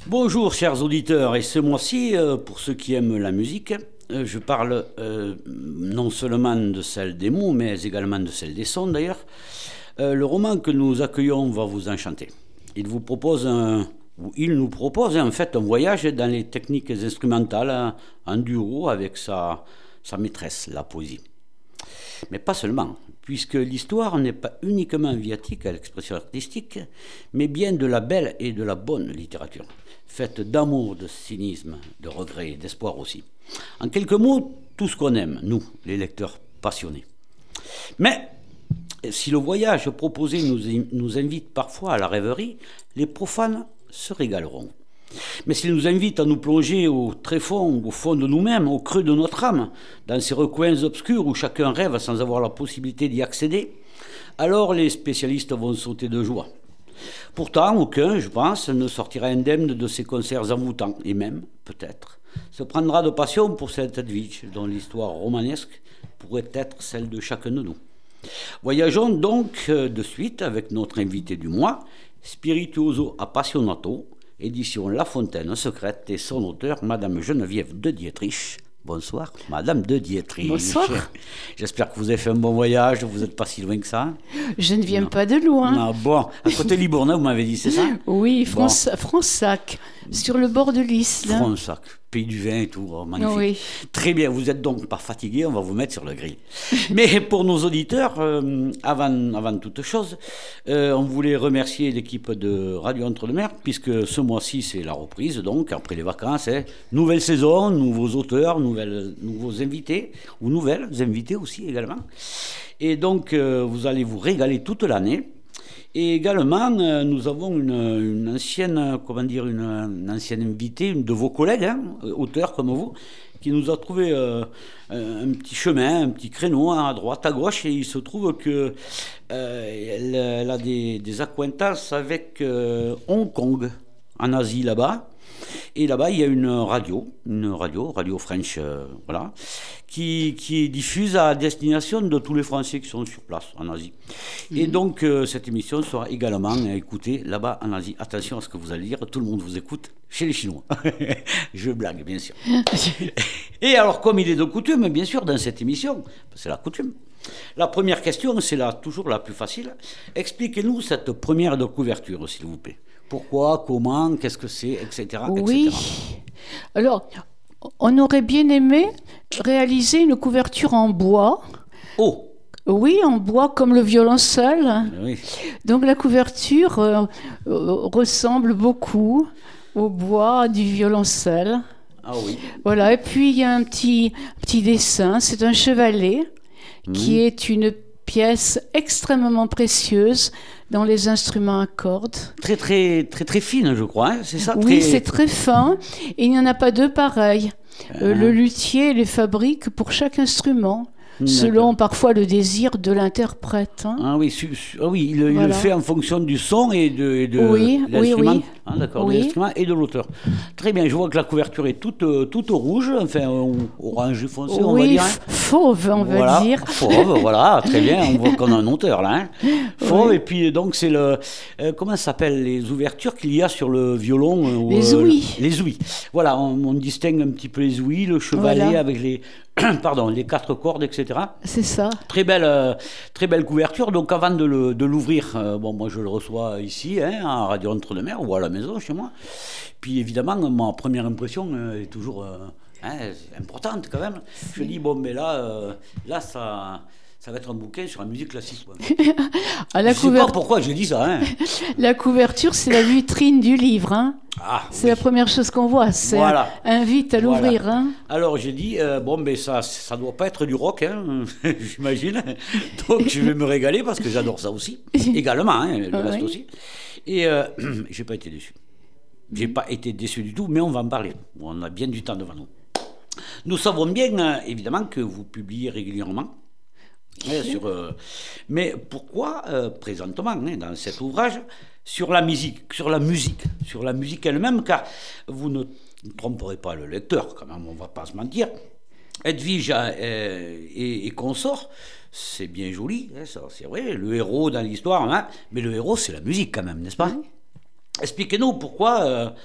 Bonjour chers auditeurs, et ce mois-ci, pour ceux qui aiment la musique, je parle non seulement de celle des mots, mais également de celle des sons d'ailleurs. Le roman que nous accueillons va vous enchanter. Il nous propose en fait un voyage dans les techniques instrumentales en duo avec sa maîtresse, la poésie. Mais pas seulement, puisque l'histoire n'est pas uniquement viatique à l'expression artistique, mais bien de la belle et de la bonne littérature, faite d'amour, de cynisme, de regret et d'espoir aussi. En quelques mots, tout ce qu'on aime, nous, les lecteurs passionnés. Mais si le voyage proposé nous invite parfois à la rêverie, les profanes se régaleront. Mais s'il nous invite à nous plonger au tréfonds, au fond de nous-mêmes, au creux de notre âme, dans ces recoins obscurs où chacun rêve sans avoir la possibilité d'y accéder, alors les spécialistes vont sauter de joie. Pourtant, aucun, je pense, ne sortira indemne de ces concerts envoûtants, et même, peut-être, se prendra de passion pour cette Edwidge, dont l'histoire romanesque pourrait être celle de chacun de nous. Voyageons donc de suite avec notre invité du mois, Spirituoso Appassionato, édition La Fontaine Secrète, et son auteur, Madame Geneviève de Dietrich. Bonsoir, Madame de Dietrich. Bonsoir. J'espère que vous avez fait un bon voyage, vous n'êtes pas si loin que ça. Je ne viens pas de loin. Ah, bon, à côté de Libournais, vous m'avez dit, c'est ça? Oui, Fronsac, sur le bord de l'Isle. Fronsac, pays du vin et tout, oh, magnifique. Oui. Très bien, vous êtes donc pas fatigué, on va vous mettre sur le grill. Mais pour nos auditeurs, avant toute chose, on voulait remercier l'équipe de Radio Entre-deux-Mers, puisque ce mois-ci, c'est la reprise, donc, après les vacances. Nouvelle saison, nouveaux auteurs, nouveaux invités, ou nouvelles invités aussi également. Et donc, vous allez vous régaler toute l'année. Et également, nous avons une ancienne invitée, une de vos collègues, auteurs comme vous, qui nous a trouvé un petit chemin, un petit créneau à droite, à gauche, et il se trouve que elle a des acquaintances avec Hong Kong, en Asie là-bas. Et là-bas, il y a une radio French, voilà, qui diffuse à destination de tous les Français qui sont sur place en Asie. Et donc, cette émission sera également écoutée là-bas en Asie. Attention à ce que vous allez dire, tout le monde vous écoute chez les Chinois. Je blague, bien sûr. Et alors, comme il est de coutume, bien sûr, dans cette émission, c'est la coutume, la première question, c'est toujours la plus facile. Expliquez-nous cette première de couverture, s'il vous plaît. Pourquoi, comment, qu'est-ce que c'est, etc. Oui. etc. Alors, on aurait bien aimé réaliser une couverture en bois. Oh. Oui, en bois comme le violoncelle. Oui. Donc la couverture ressemble beaucoup au bois du violoncelle. Ah oui. Voilà, et puis il y a un petit dessin, c'est un chevalet qui est une pièce extrêmement précieuse dans les instruments à cordes. Très, très, très, très fine, je crois, c'est ça? Oui, c'est très fin, et il n'y en a pas deux pareils. Le luthier les fabrique pour chaque instrument, selon parfois le désir de l'interprète. Ah oui, il le fait en fonction du son et de l'instrument. Oui. Ah, d'accord, de l'instrument et de l'auteur. Très bien, je vois que la couverture est toute rouge, enfin orange foncé, on va dire. Fauve, on va dire. Fauve, voilà, très bien, on voit qu'on a un auteur là. Fauve, et puis donc c'est comment ça s'appelle, les ouvertures qu'il y a sur le violon? Les ouïes. Les ouïes. Voilà, on distingue un petit peu les ouïes, le chevalet avec les 4 cordes, etc. C'est ça. Très belle couverture. Donc avant de l'ouvrir, moi je le reçois ici, à Radio Entre-deux-Mers, ou à la maison chez moi. Puis évidemment, ma première impression est toujours importante quand même. Je dis, là ça va être un bouquin sur la musique classique. Je ne sais pas pourquoi j'ai dit ça. La couverture, c'est la vitrine du livre. C'est la première chose qu'on voit. C'est invite à l'ouvrir. Voilà. Alors j'ai dit, ça ne doit pas être du rock, j'imagine. Donc je vais me régaler parce que j'adore ça aussi. Également, le reste aussi. Et je n'ai pas été déçu. Je n'ai pas été déçu du tout, mais on va en parler. On a bien du temps devant nous. Nous savons bien, évidemment, que vous publiez régulièrement. Mais pourquoi présentement dans cet ouvrage sur la musique elle-même, car vous ne tromperez pas le lecteur, quand même, on ne va pas se mentir. Edwige et consort, c'est bien joli, ça, c'est vrai, le héros dans l'histoire, mais le héros c'est la musique quand même, n'est-ce pas? Expliquez-nous pourquoi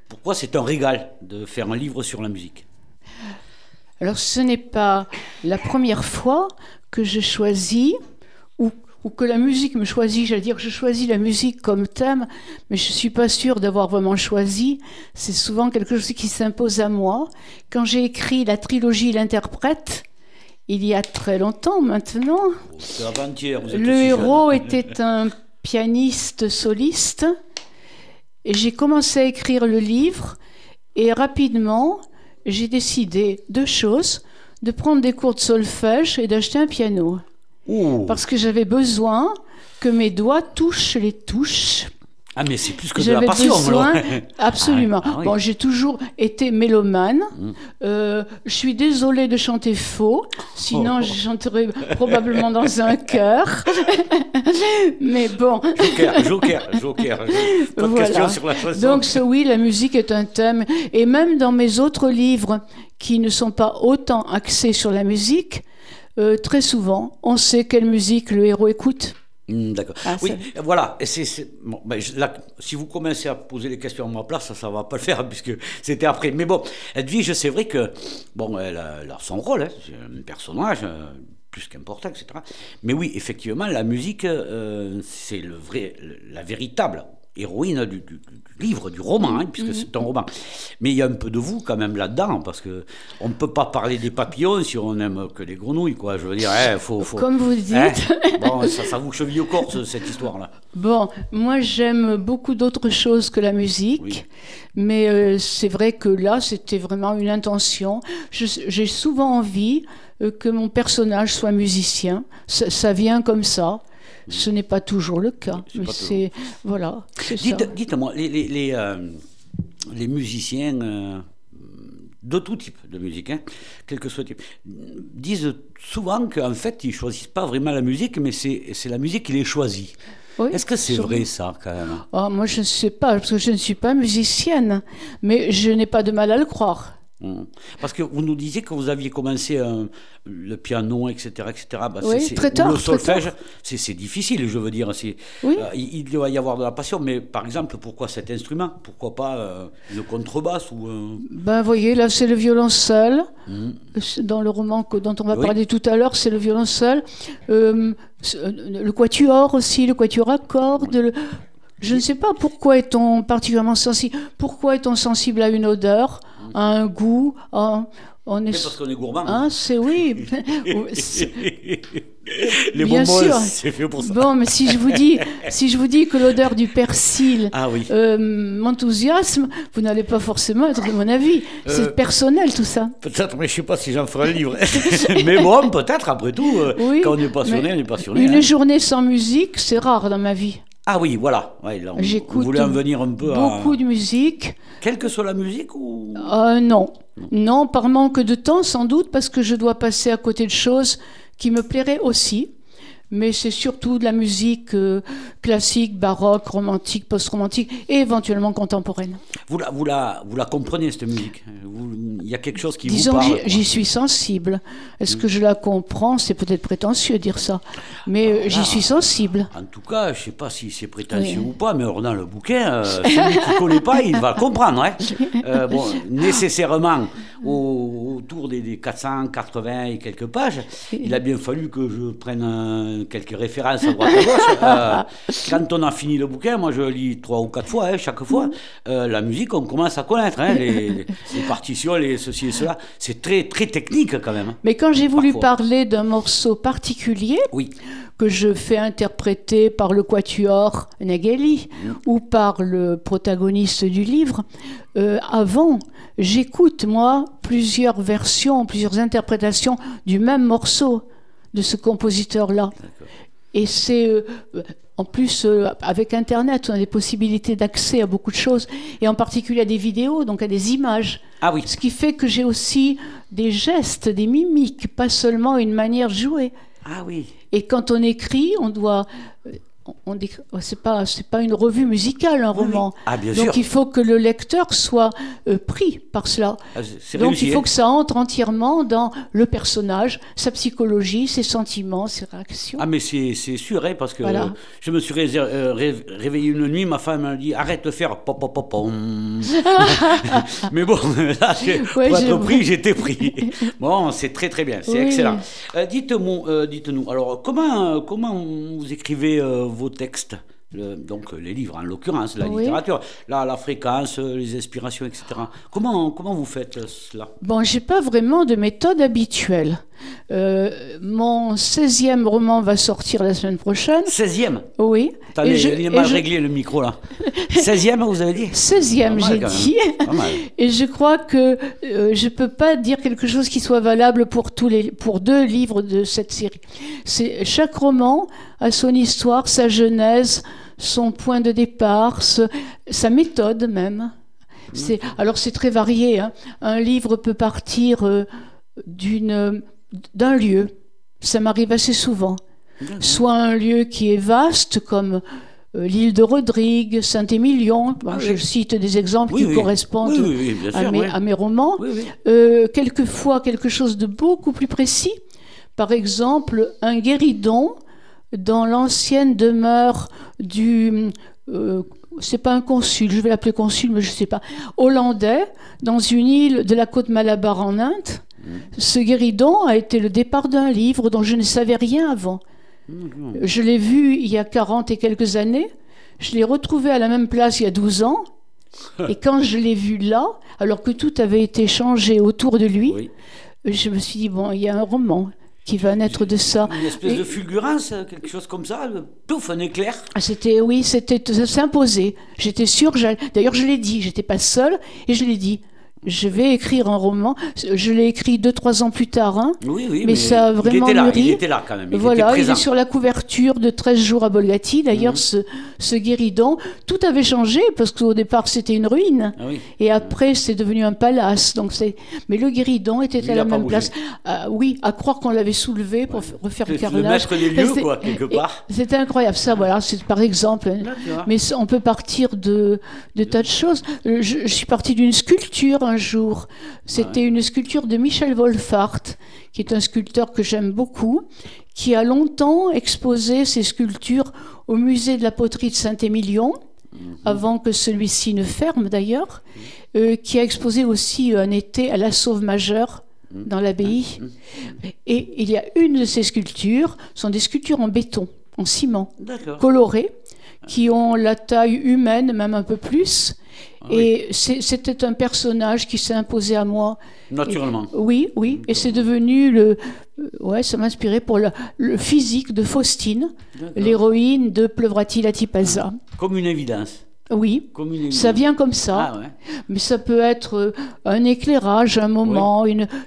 pourquoi c'est un régal de faire un livre sur la musique? Alors, ce n'est pas la première fois que je choisis ou que la musique me choisit. J'allais dire que je choisis la musique comme thème, mais je ne suis pas sûre d'avoir vraiment choisi. C'est souvent quelque chose qui s'impose à moi. Quand j'ai écrit la trilogie L'Interprète, il y a très longtemps maintenant, C'est avant-hier, vous êtes le aussi héros jeune. était un pianiste soliste. Et j'ai commencé à écrire le livre et rapidement, j'ai décidé deux choses, de prendre des cours de solfège et d'acheter un piano. Ouh. Parce que j'avais besoin que mes doigts touchent les touches. Ah, mais c'est plus que de la J'avais passion, besoin, alors. absolument. Ah oui. Bon, j'ai toujours été mélomane. Je suis désolée de chanter faux, sinon je chanterais probablement dans un chœur. Mais bon. Joker. Pas de Voilà. question sur la chanson. Donc oui, la musique est un thème. Et même dans mes autres livres, qui ne sont pas autant axés sur la musique, très souvent, on sait quelle musique le héros écoute. D'accord. Ah, Oui, voilà. Et bon, là, si vous commencez à poser les questions à ma place, ça ne va pas le faire, puisque c'était après. Mais bon, Edwige, c'est vrai que, bon, elle a son rôle, hein, c'est un personnage plus qu'important, etc. Mais oui, effectivement, la musique, c'est la véritable héroïne du livre, du roman, hein, puisque c'est un roman. Mais il y a un peu de vous quand même là-dedans, parce que on ne peut pas parler des papillons si on n'aime que les grenouilles, quoi. Je veux dire, faut Comme vous dites. hein, bon, ça vous cheville au corps, cette histoire-là. Bon, moi j'aime beaucoup d'autres choses que la musique, Oui. mais c'est vrai que là c'était vraiment une intention. J'ai souvent envie que mon personnage soit musicien. Ça vient comme ça. Ce n'est pas toujours le cas, C'est mais pas toujours. c'est voilà, c'est ça. Dites-moi, les musiciens de tout type de musique, hein, quel que soit le type, disent souvent qu'en fait, ils ne choisissent pas vraiment la musique, mais c'est la musique qui les choisit. Oui, Est-ce que c'est sûrement. vrai, ça, quand même? Oh, moi je ne sais pas, parce que je ne suis pas musicienne, mais je n'ai pas de mal à le croire. Parce que vous nous disiez que vous aviez commencé le piano, etc. Bah, Oui, très tard, ou le très solfège, tard. c'est difficile, je veux dire. Oui. Il doit y avoir de la passion, mais par exemple, pourquoi cet instrument? Pourquoi pas une contrebasse ou Ben, voyez, là, c'est le violoncelle. Dans le roman dont on va Oui. parler tout à l'heure, c'est le violoncelle. Le quatuor aussi, le quatuor à cordes. Je ne sais pas pourquoi est-on particulièrement sensible. Pourquoi est-on sensible à une odeur, à un goût, on est... Mais parce qu'on est gourmand. Hein, c'est oui. Les Bien bonbons, sûr. c'est fait pour ça. Bon, mais si je vous dis que l'odeur du persil Ah oui. m'enthousiasme, vous n'allez pas forcément être de mon avis. C'est personnel tout ça. Peut-être, mais je ne sais pas si j'en ferai un livre. Mais bon, peut-être, après tout, Oui, quand on est passionné, mais on est passionné. Une hein. journée sans musique, c'est rare dans ma vie. Ah oui, voilà. Ouais, là, on J'écoute voulait en venir un peu à... beaucoup de musique. Quelle que soit la musique ou... Non. Non, par manque de temps sans doute, parce que je dois passer à côté de choses qui me plairaient aussi. Mais c'est surtout de la musique classique, baroque, romantique, post-romantique et éventuellement contemporaine. Vous la comprenez, cette musique? Il y a quelque chose qui Disons vous que parle? quoi. j'y suis sensible. Est-ce que je la comprends? C'est peut-être prétentieux de dire ça. Mais j'y suis sensible. En tout cas, je ne sais pas si c'est prétentieux Oui. ou pas, mais alors dans le bouquin, celui qui ne connaît pas, il va comprendre. Hein. Bon, nécessairement, autour des 480 et quelques pages, il a bien fallu que je prenne quelques références à droite à gauche. Quand on a fini le bouquin, moi je lis 3 ou 4 fois, hein, chaque fois, la musique, on commence à connaître, hein, les partitions, les ceci et cela. C'est très, très technique quand même. Mais quand j'ai voulu Parfois. parler d'un morceau particulier, Oui. que je fais interpréter par le quatuor Nageli ou par le protagoniste du livre, avant, j'écoute, moi, plusieurs versions, plusieurs interprétations du même morceau de ce compositeur-là. Et c'est... en plus, avec Internet, on a des possibilités d'accès à beaucoup de choses, et en particulier à des vidéos, donc à des images. Ah oui. Ce qui fait que j'ai aussi des gestes, des mimiques, pas seulement une manière de jouer. Ah oui. Et quand on écrit, on c'est pas une revue musicale, un roman. Ah, bien Donc sûr. il faut que le lecteur soit pris par cela. C'est Donc réussi, il faut hein. que ça entre entièrement dans le personnage, sa psychologie, ses sentiments, ses réactions. Ah, mais c'est sûr, hein, parce que Voilà. je me suis réveillé une nuit, ma femme m'a dit arrête de faire pop pop pop pom. Mais bon, là, pour Ouais, être pris, j'étais pris. Bon, c'est très très bien, c'est Oui. excellent. Dites-nous, alors comment vous écrivez vos textes? Donc les livres en l'occurrence, la Oui. littérature, la fréquence, les inspirations, etc. Comment vous faites cela? Bon, j'ai pas vraiment de méthode habituelle. Mon 16e roman va sortir la semaine prochaine. 16e. Oui. Attendez, il est mal je- réglé le micro là. 16e, vous avez dit? 16e, Pas mal, j'ai quand même. dit. Pas mal. Et je crois que je ne peux pas dire quelque chose qui soit valable pour 2 livres de cette série. Chaque roman a son histoire, sa genèse, son point de départ, sa méthode même. Alors c'est très varié, hein. Un livre peut partir d'un lieu. Ça m'arrive assez souvent. Soit un lieu qui est vaste, comme l'île de Rodrigue, Saint-Émilion. Bon, je cite des exemples qui correspondent bien sûr, à mes romans. Oui, oui. Quelquefois, quelque chose de beaucoup plus précis. Par exemple, un guéridon dans l'ancienne demeure du... c'est pas un consul, je vais l'appeler consul, mais je sais pas. Hollandais, dans une île de la côte Malabar en Inde. Ce guéridon a été le départ d'un livre dont je ne savais rien avant. Je l'ai vu il y a 40 et quelques années. Je l'ai retrouvé à la même place il y a 12 ans. Et quand je l'ai vu là, alors que tout avait été changé autour de lui, Oui. je me suis dit, bon, il y a un roman qui va naître de ça. Une espèce de fulgurance, quelque chose comme ça, pouf, un éclair. Ça s'imposait. J'étais sûre, d'ailleurs je l'ai dit, j'étais pas seule, et je l'ai dit. Je vais écrire un roman. Je l'ai écrit 2-3 ans plus tard, hein, Oui, mais ça a vraiment mûri. Il était là quand même. Voilà, était il présent. est sur la couverture de 13 jours à Bolgati. D'ailleurs, ce guéridon, tout avait changé parce qu'au départ c'était une ruine, Ah oui. et après c'est devenu un palace. Mais le guéridon était Il à a la pas même bougé. place. Oui, à croire qu'on l'avait soulevé pour refaire le C'est le carrelage. maître des lieux, C'était- quoi, quelque part. C'était incroyable. Ça, voilà, c'est par exemple. D'accord. Mais on peut partir de tas de choses. Je suis partie d'une sculpture un jour. C'était une sculpture de Michel Wolfart, qui est un sculpteur que j'aime beaucoup, qui a longtemps exposé ses sculptures au musée de la poterie de Saint-Émilion, avant que celui-ci ne ferme d'ailleurs, qui a exposé aussi un été à la Sauve-Majeure dans l'abbaye. Et il y a une de ces sculptures, sont des sculptures en béton, en ciment, D'accord. colorées, qui ont la taille humaine, même un peu plus. Et c'était un personnage qui s'est imposé à moi. Naturellement. Oui. Et c'est devenu ça m'a inspiré pour le physique de Faustine, l'héroïne de Pleuvrati la Tipaza. Comme une évidence. Oui, Comme une ça évidence. vient comme ça. Ah ouais. Mais ça peut être un éclairage, un moment,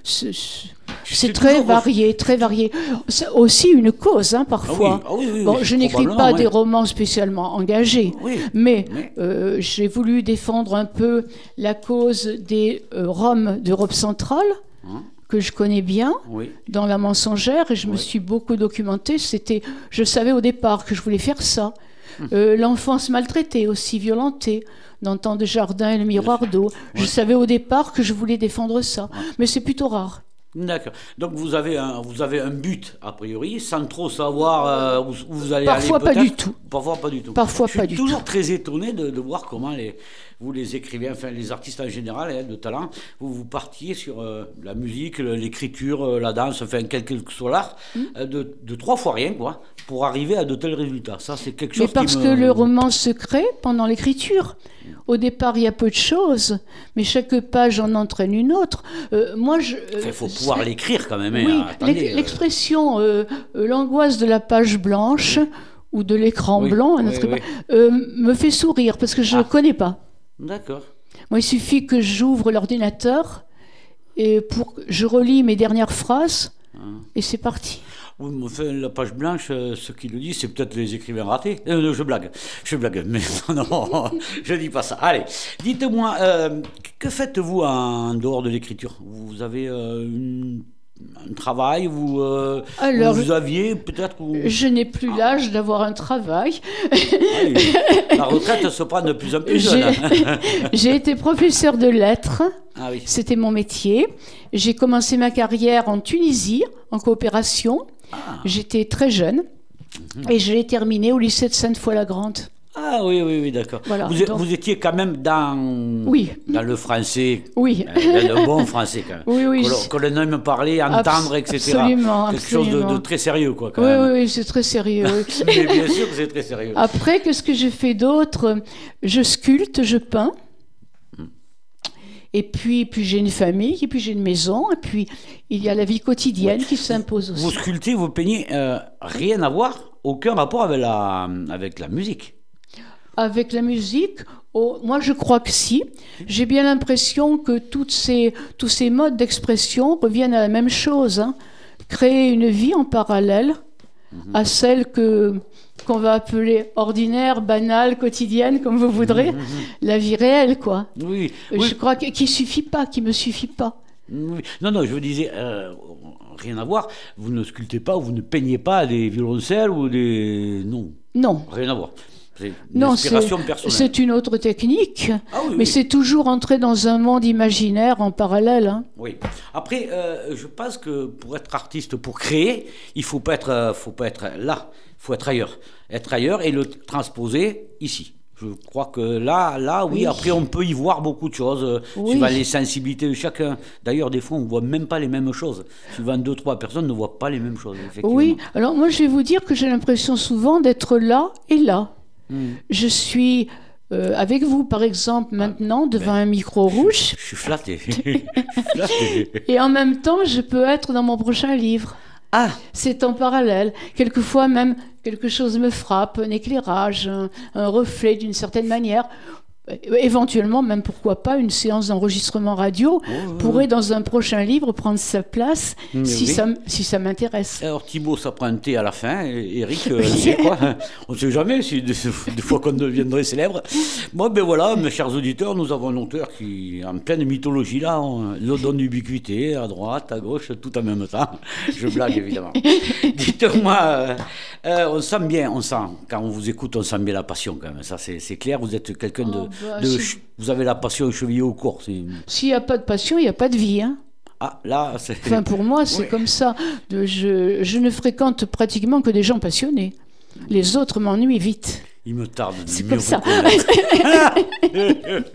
c'est très toujours- varié, très varié. C'est aussi une cause, hein, parfois. Ah oui, Bon, je n'écris pas probablement, des ouais. romans spécialement engagés, Oui, mais mais- j'ai voulu défendre un peu la cause des Roms d'Europe centrale, que je connais bien, Oui. dans La Mensongère, et je me suis beaucoup documentée. Je savais au départ que je voulais faire ça. L'enfance maltraitée, aussi violentée, dans Temps de Jardin et Le Miroir d'eau. Je savais au départ que je voulais défendre ça, mais c'est plutôt rare. D'accord. Donc vous avez un but, a priori, sans trop savoir où vous allez Parfois aller pas peut-être. du tout. Parfois pas du tout. Parfois Je pas suis du toujours très étonné de voir comment vous les écrivains, enfin les artistes en général, de talent, vous partiez sur la musique, l'écriture, la danse, enfin quel que soit l'art, de 3 fois rien, quoi, pour arriver à de tels résultats. Ça, c'est quelque chose Mais parce que le roman se crée pendant l'écriture. Au départ, il y a peu de choses, mais chaque page en entraîne une autre. Il faut pouvoir l'écrire quand même. Oui, hein. Attendez, l'expression l'angoisse de la page blanche ou de l'écran Oui, blanc oui, me fait sourire parce que je ne connais pas. D'accord. Moi, il suffit que j'ouvre l'ordinateur et je relis mes dernières phrases et c'est parti. Oui, mais enfin, la page blanche, ce qui le dit, c'est peut-être les écrivains ratés. Je blague, mais non, je dis pas ça. Allez, dites-moi, que faites-vous en dehors de l'écriture? Vous avez un travail, Alors, vous aviez peut-être... je n'ai plus l'âge d'avoir un travail. La retraite se prend de plus en plus jeune. J'ai été professeur de lettres. Ah oui. C'était mon métier. J'ai commencé ma carrière en Tunisie, en coopération. J'étais très jeune. Et je l'ai terminée au lycée de Sainte-Foy-la-Grande. Ah oui, d'accord. Voilà, Vous étiez quand même dans le français, Oui. Le bon français quand même. Oui. Que l'on aime parler, entendre, etc. Absolument. Quelque chose de très sérieux, quoi, quand Oui, même. oui, c'est très sérieux. Mais bien sûr que c'est très sérieux. Après, qu'est-ce que j'ai fait d'autre? Je sculpte, je peins. Et puis j'ai une famille, et puis j'ai une maison, et puis il y a la vie quotidienne qui s'impose aussi. Vous sculptez, vous peignez, rien à voir, aucun rapport avec la musique. Avec la musique, moi je crois que si. J'ai bien l'impression que tous ces modes d'expression reviennent à la même chose. Hein. Créer une vie en parallèle à celle qu'on va appeler ordinaire, banale, quotidienne, comme vous voudrez, la vie réelle, quoi. Oui. Je crois qu'il suffit pas, qu'il me suffit pas. Oui. Non, je vous disais, rien à voir. Vous ne sculptez pas, vous ne peignez pas des violoncelles ou des... Non, rien à voir. C'est une inspiration personnelle. C'est une autre technique, oui, mais c'est toujours entrer dans un monde imaginaire en parallèle. Hein. Oui. Après, je pense que pour être artiste, pour créer, il faut pas être là, il faut être ailleurs. Être ailleurs et le transposer ici. Je crois que là, oui. Après on peut y voir beaucoup de choses, suivant les sensibilités de chacun. D'ailleurs, des fois, on ne voit même pas les mêmes choses. Souvent, 2-3 personnes ne voient pas les mêmes choses, effectivement. Oui, alors moi, je vais vous dire que j'ai l'impression souvent d'être là et là. Je suis avec vous, par exemple, maintenant, devant un micro rouge. Je suis flatté. Et en même temps, je peux être dans mon prochain livre. Ah. C'est en parallèle. Quelquefois même, quelque chose me frappe, un éclairage, un reflet d'une certaine manière. Éventuellement, même pourquoi pas, une séance d'enregistrement radio pourrait, dans un prochain livre, prendre sa place si ça m'intéresse. Alors Thibaut s'apprêtait à la fin, et Eric, c'est quoi? On ne sait jamais si des fois qu'on deviendrait célèbre. Bon, ben voilà, mes chers auditeurs, nous avons un auteur qui, en pleine mythologie, là, on le donne d'ubiquité, à droite, à gauche, tout en même temps. Je blague, évidemment. Dites-moi, on sent, quand on vous écoute, on sent bien la passion, quand même. Ça, c'est clair, vous êtes quelqu'un vous avez la passion chevillée au corps. S'il n'y a pas de passion, il n'y a pas de vie. Hein. Ah, là, c'est... Enfin, pour moi, c'est comme ça. Je ne fréquente pratiquement que des gens passionnés. Les autres m'ennuient vite. Il me tarde de c'est mieux comme vous ça. connaître.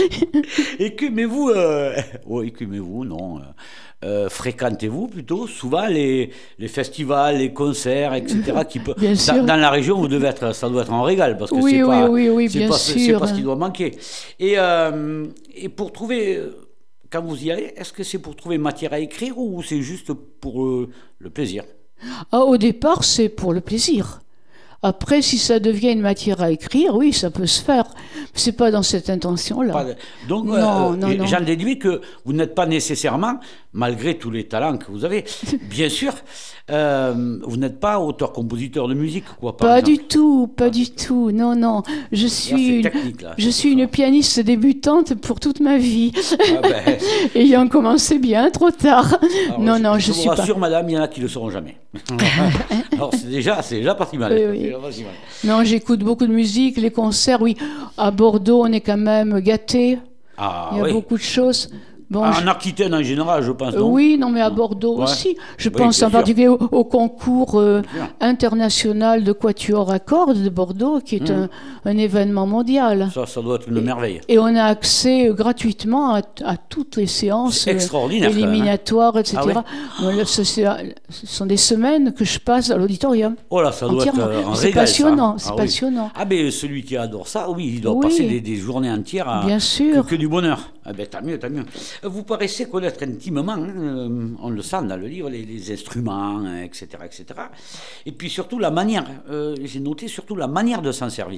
Écumez-vous, non. Fréquentez-vous plutôt souvent les festivals, les concerts, etc. Bien sûr. Dans la région, ça doit être un régal parce que oui, c'est pas ce qui doit manquer. Et pour trouver, quand vous y allez, est-ce que c'est pour trouver matière à écrire ou c'est juste pour le plaisir? Au départ, c'est pour le plaisir. Après, si ça devient une matière à écrire, oui, ça peut se faire. C'est pas dans cette intention-là. Donc, non. j'en déduis que vous n'êtes pas nécessairement, malgré tous les talents que vous avez, bien sûr, vous n'êtes pas auteur-compositeur de musique, quoi. Pas du tout. Non. Je suis une pianiste débutante pour toute ma vie, ayant commencé bien trop tard. Alors, je vous rassure, madame, il y en a qui ne le seront jamais. Alors, c'est déjà parti mal. Oui. Non, j'écoute beaucoup de musique, les concerts, oui. À Bordeaux, on est quand même gâtés. Il y a beaucoup de choses. Bon, en Aquitaine en général, je pense, non? Oui, non, mais à Bordeaux aussi. Je pense en particulier au concours international de quatuor à cordes de Bordeaux, qui est un événement mondial. Ça doit être une merveille. Et on a accès gratuitement à toutes les séances éliminatoires, etc. Ce sont des semaines que je passe à l'auditorium. Oh là, ça doit être un régal. C'est passionnant, c'est passionnant. Ah, mais celui qui adore ça, il doit passer des journées entières à Bien sûr. Que du bonheur. Ah ben, tant mieux. Vous paraissez connaître intimement, on le sent dans le livre, les instruments, etc., etc. Et puis surtout la manière, j'ai noté surtout la manière de s'en servir.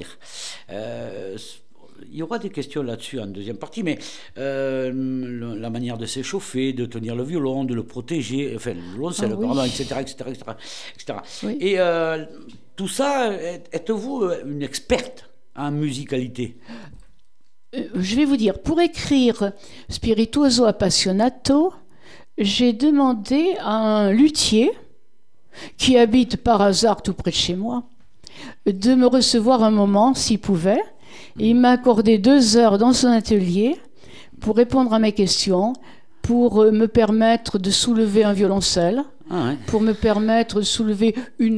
Il y aura des questions là-dessus en deuxième partie, mais la manière de s'échauffer, de tenir le violon, de le protéger, enfin le violoncelle, etc. Oui. Et tout ça, êtes-vous une experte en musicalité? Je vais vous dire, pour écrire Spirituoso Appassionato, j'ai demandé à un luthier qui habite par hasard tout près de chez moi de me recevoir un moment s'il pouvait. Et il m'a accordé 2 heures dans son atelier pour répondre à mes questions, pour me permettre de soulever un violoncelle, pour me permettre de soulever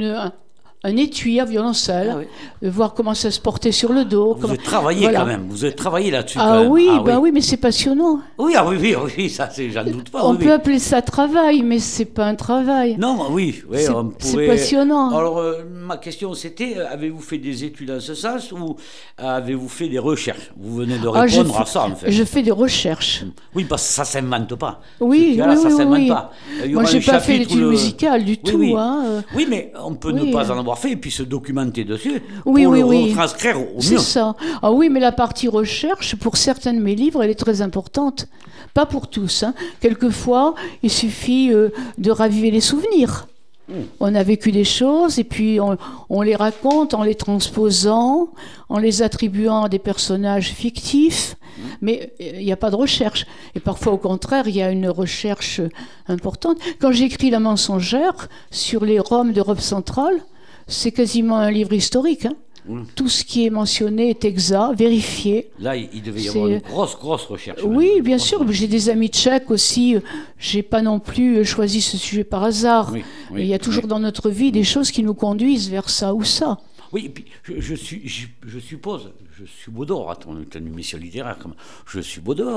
un étui à violoncelle, voir comment ça se portait sur le dos. Vous avez travaillé quand même, vous avez travaillé là-dessus quand même. Oui, mais c'est passionnant. Oui, oui, ça, j'en doute pas. On peut appeler ça travail, mais c'est pas un travail. Non, oui, on pourrait... C'est passionnant. Alors, ma question c'était, avez-vous fait des études dans ce sens ou avez-vous fait des recherches? Vous venez de répondre à ça, en fait. Je fais des recherches. Oui, parce que ça s'invente pas. Oui, ça s'invente pas. Moi, j'ai pas fait l'étude musicale du tout. Oui, mais on peut ne pas en avoir fait et puis se documenter dessus pour le retranscrire au mieux. C'est ça. Ah oui, mais la partie recherche, pour certains de mes livres, elle est très importante. Pas pour tous. Quelquefois, il suffit de raviver les souvenirs. On a vécu des choses et puis on les raconte en les transposant, en les attribuant à des personnages fictifs, mais il n'y a pas de recherche. Et parfois, au contraire, il y a une recherche importante. Quand j'écris La Mensongère sur les Roms d'Europe centrale, c'est quasiment un livre historique. Tout ce qui est mentionné est exact, vérifié. Là, il devait y avoir une grosse recherche. Oui, bien sûr. J'ai des amis tchèques aussi. J'ai pas non plus choisi ce sujet par hasard. Il y a toujours dans notre vie des choses qui nous conduisent vers ça ou ça. Oui, et puis je suppose, je subodore à ton émission littéraire, comme je subodore,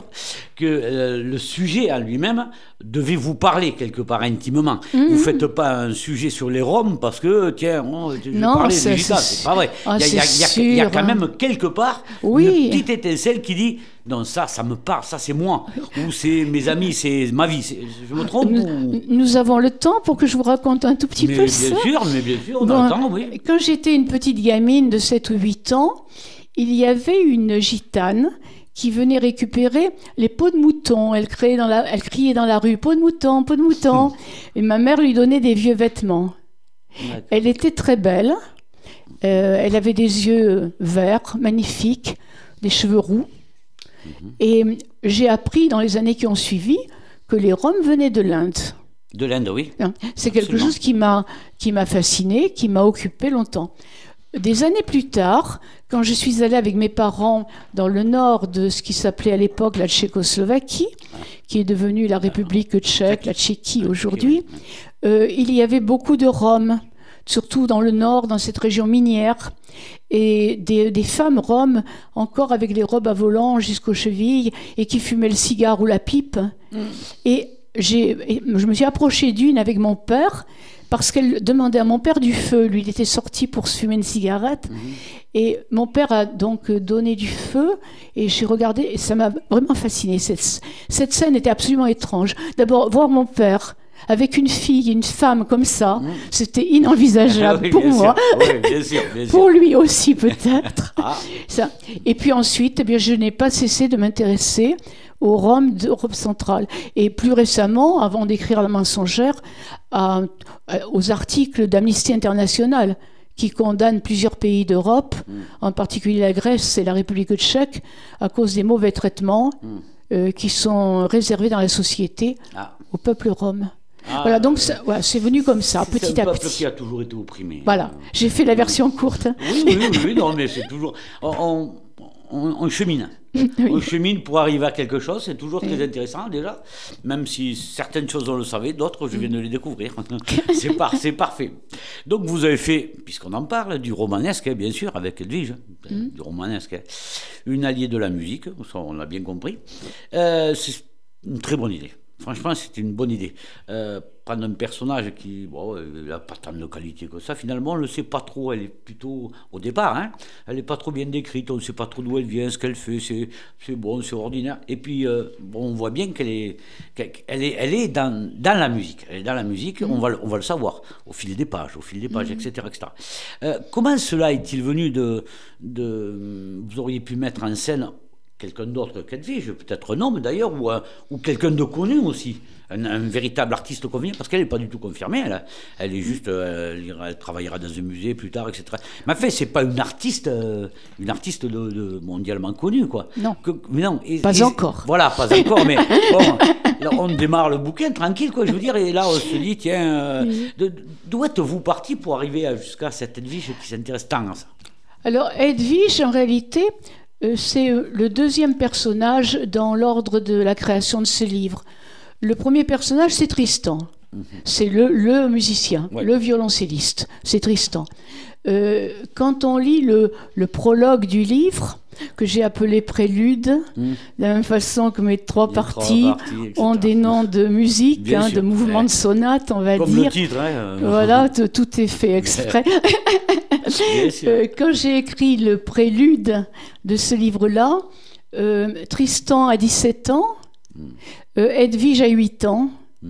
que le sujet en lui-même devait vous parler quelque part intimement. Vous ne faites pas un sujet sur les Roms parce que, tiens, je vais parler des Gitanes, c'est pas vrai. Il y a quand même quelque part une petite étincelle qui dit... Non, ça me parle, ça c'est moi, ou c'est mes amis, c'est ma vie. Je me trompe Nous avons le temps pour que je vous raconte un tout petit peu ça. Mais bien sûr, on a le temps, oui. Quand j'étais une petite gamine de 7 ou 8 ans, il y avait une gitane qui venait récupérer les peaux de mouton. Elle criait dans la rue, peau de mouton, peau de mouton. Et ma mère lui donnait des vieux vêtements. Elle était très belle. Elle avait des yeux verts, magnifiques, des cheveux roux. Et j'ai appris dans les années qui ont suivi que les Roms venaient de l'Inde. De l'Inde, oui. C'est quelque chose qui m'a fascinée, qui m'a occupée longtemps. Des années plus tard, quand je suis allée avec mes parents dans le nord de ce qui s'appelait à l'époque la Tchécoslovaquie, qui est devenue la République tchèque, la Tchéquie aujourd'hui, il y avait beaucoup de Roms, surtout dans le nord, dans cette région minière, et des femmes roms, encore avec les robes à volants jusqu'aux chevilles, et qui fumaient le cigare ou la pipe. Et je me suis approchée d'une avec mon père, parce qu'elle demandait à mon père du feu. Lui, il était sorti pour se fumer une cigarette. Et mon père a donc donné du feu, et j'ai regardé, et ça m'a vraiment fascinée. Cette scène était absolument étrange. D'abord, voir mon père avec une fille, une femme comme ça, c'était inenvisageable pour moi. Bien sûr. Pour lui aussi, peut-être. Ça. Et puis ensuite, eh bien, je n'ai pas cessé de m'intéresser aux Roms d'Europe centrale. Et plus récemment, avant d'écrire La Mensongère, aux articles d'Amnesty International qui condamnent plusieurs pays d'Europe, en particulier la Grèce et la République tchèque, à cause des mauvais traitements qui sont réservés dans la société au peuple rom. Voilà, donc c'est venu comme ça, petit à petit. C'est un peuple qui a toujours été opprimé. Voilà, j'ai fait la version courte. Oui, non, mais c'est toujours... On chemine. On chemine pour arriver à quelque chose, c'est toujours très intéressant déjà, même si certaines choses on le savait, d'autres je viens de les découvrir. C'est parfait. Donc vous avez fait, puisqu'on en parle, du romanesque, bien sûr, avec Edwige, du romanesque, une alliée de la musique, ça on l'a bien compris. C'est une très bonne idée. Franchement, c'était une bonne idée. Prendre un personnage qui n'a pas tant de qualité que ça, finalement, on ne le sait pas trop. Elle est plutôt, au départ, elle n'est pas trop bien décrite. On ne sait pas trop d'où elle vient, ce qu'elle fait. C'est bon, c'est ordinaire. Et puis, on voit bien qu'elle est dans la musique. Elle est dans la musique, on va le savoir, au fil des pages, etc. Comment cela est-il venu vous auriez pu mettre en scène quelqu'un d'autre qu'Edwige, peut-être un homme d'ailleurs, ou quelqu'un de connu aussi, un véritable artiste connu, parce qu'elle n'est pas du tout confirmée, elle est juste, elle travaillera dans un musée plus tard, etc. Mais en fait, c'est pas une artiste de mondialement connue, quoi. Non, mais non pas encore. Voilà, pas encore, mais bon, là, on démarre le bouquin tranquille, quoi, je veux dire, et là, on se dit, tiens, d'où êtes-vous parti pour arriver jusqu'à cette Edwige qui s'intéresse tant à ça? Alors, Edwige, en réalité, c'est le deuxième personnage dans l'ordre de la création de ce livre. Le premier personnage, c'est Tristan. C'est le musicien, le violoncelliste. C'est Tristan. Quand on lit le prologue du livre, que j'ai appelé Prélude, de la même façon que mes trois parties ont des noms de musique, de mouvements de sonate, on va comme dire. Le titre, voilà, tout est fait exprès. Quand j'ai écrit le prélude de ce livre-là, Tristan a 17 ans, Edwige a 8 ans,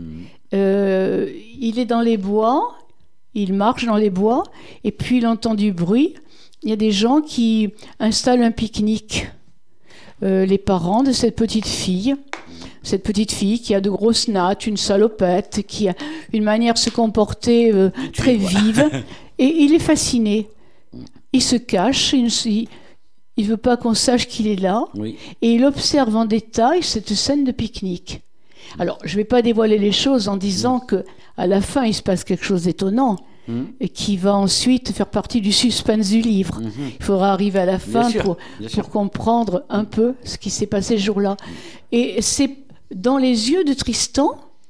il est dans les bois, il marche dans les bois, et puis il entend du bruit. Il y a des gens qui installent un pique-nique. Les parents de cette petite fille qui a de grosses nattes, une salopette, qui a une manière de se comporter très vive, et il est fasciné. Il se cache, il ne veut pas qu'on sache qu'il est là, et il observe en détail cette scène de pique-nique. Alors, je ne vais pas dévoiler les choses en disant qu'à la fin, il se passe quelque chose d'étonnant, et qui va ensuite faire partie du suspense du livre. Il faudra arriver à la fin pour comprendre un peu ce qui s'est passé ce jour-là. Et c'est dans les yeux de Tristan,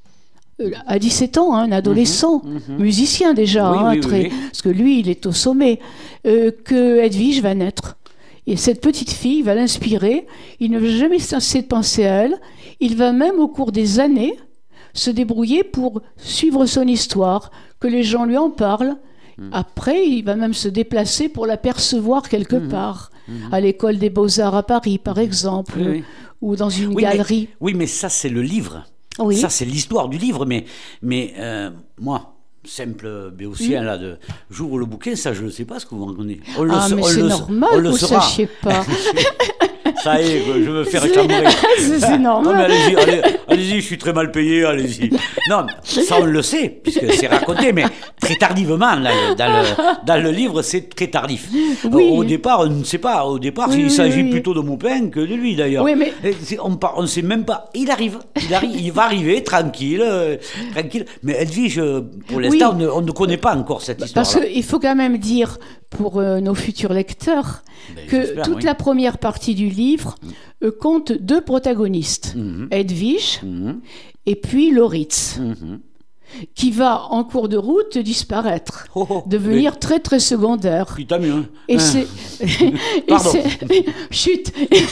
à 17 ans, un adolescent, musicien déjà, parce que lui, il est au sommet, que Edwige va naître. Et cette petite fille va l'inspirer. Il ne va jamais cesser de penser à elle. Il va même, au cours des années, se débrouiller pour suivre son histoire, que les gens lui en parlent. Après, il va même se déplacer pour la percevoir quelque part, à l'école des Beaux-Arts à Paris, par exemple, ou dans une galerie. Mais ça, c'est le livre. Oui. Ça, c'est l'histoire du livre. Mais moi, simple béotien, là, j'ouvre le bouquin, ça, je ne sais pas ce que vous en connaissez. Mais c'est normal que vous ne sachiez pas. Ça y est, je veux faire réclamer. C'est normal. Non, mais allez-y, je suis très mal payé, allez-y. Non, ça on le sait, puisque c'est raconté, mais très tardivement. Dans le livre, c'est très tardif. Oui. Au départ, on ne sait pas. Au départ, il s'agit plutôt de Maupin que de lui, d'ailleurs. Oui, mais... On ne sait même pas. Il va arriver, tranquille. Mais Edwige, pour l'instant, on ne connaît pas encore cette histoire-là. Parce qu'il faut quand même dire, pour nos futurs lecteurs, que toute la première partie du livre compte deux protagonistes, Edwige et puis Lauritz, qui va en cours de route disparaître, devenir très très secondaire. Puis t'as mieux. Et c'est... Pardon. Chut.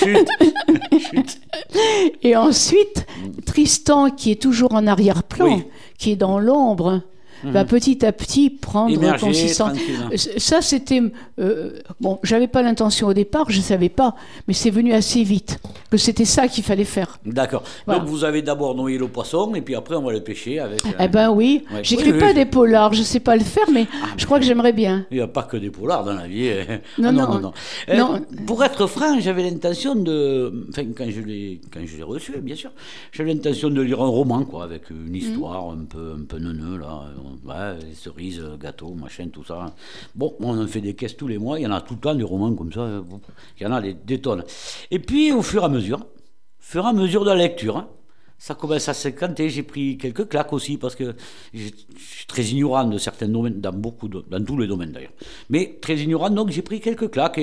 Chut. Et ensuite, Tristan, qui est toujours en arrière-plan, qui est dans l'ombre, va petit à petit prendre consistance. Ça, c'était... j'avais pas l'intention au départ, je savais pas, mais c'est venu assez vite, que c'était ça qu'il fallait faire. D'accord. Voilà. Donc vous avez d'abord noyé le poisson, et puis après on va le pêcher avec... Eh ben oui, j'écris pas des polars, je sais pas le faire, mais je crois que j'aimerais bien. Il n'y a pas que des polars dans la vie. Non. Pour être franc, j'avais l'intention de... Enfin, quand je l'ai reçu, bien sûr, j'avais l'intention de lire un roman, quoi, avec une histoire un peu neuneux, là... les cerises, gâteaux, machin, tout ça. Bon, on en fait des caisses tous les mois, il y en a tout le temps, des romans comme ça, il y en a des tonnes. Et puis, au fur et à mesure de la lecture, ça commence à s'écanter. J'ai pris quelques claques aussi, parce que je suis très ignorant de certains domaines, dans tous les domaines d'ailleurs. Mais très ignorant, donc j'ai pris quelques claques,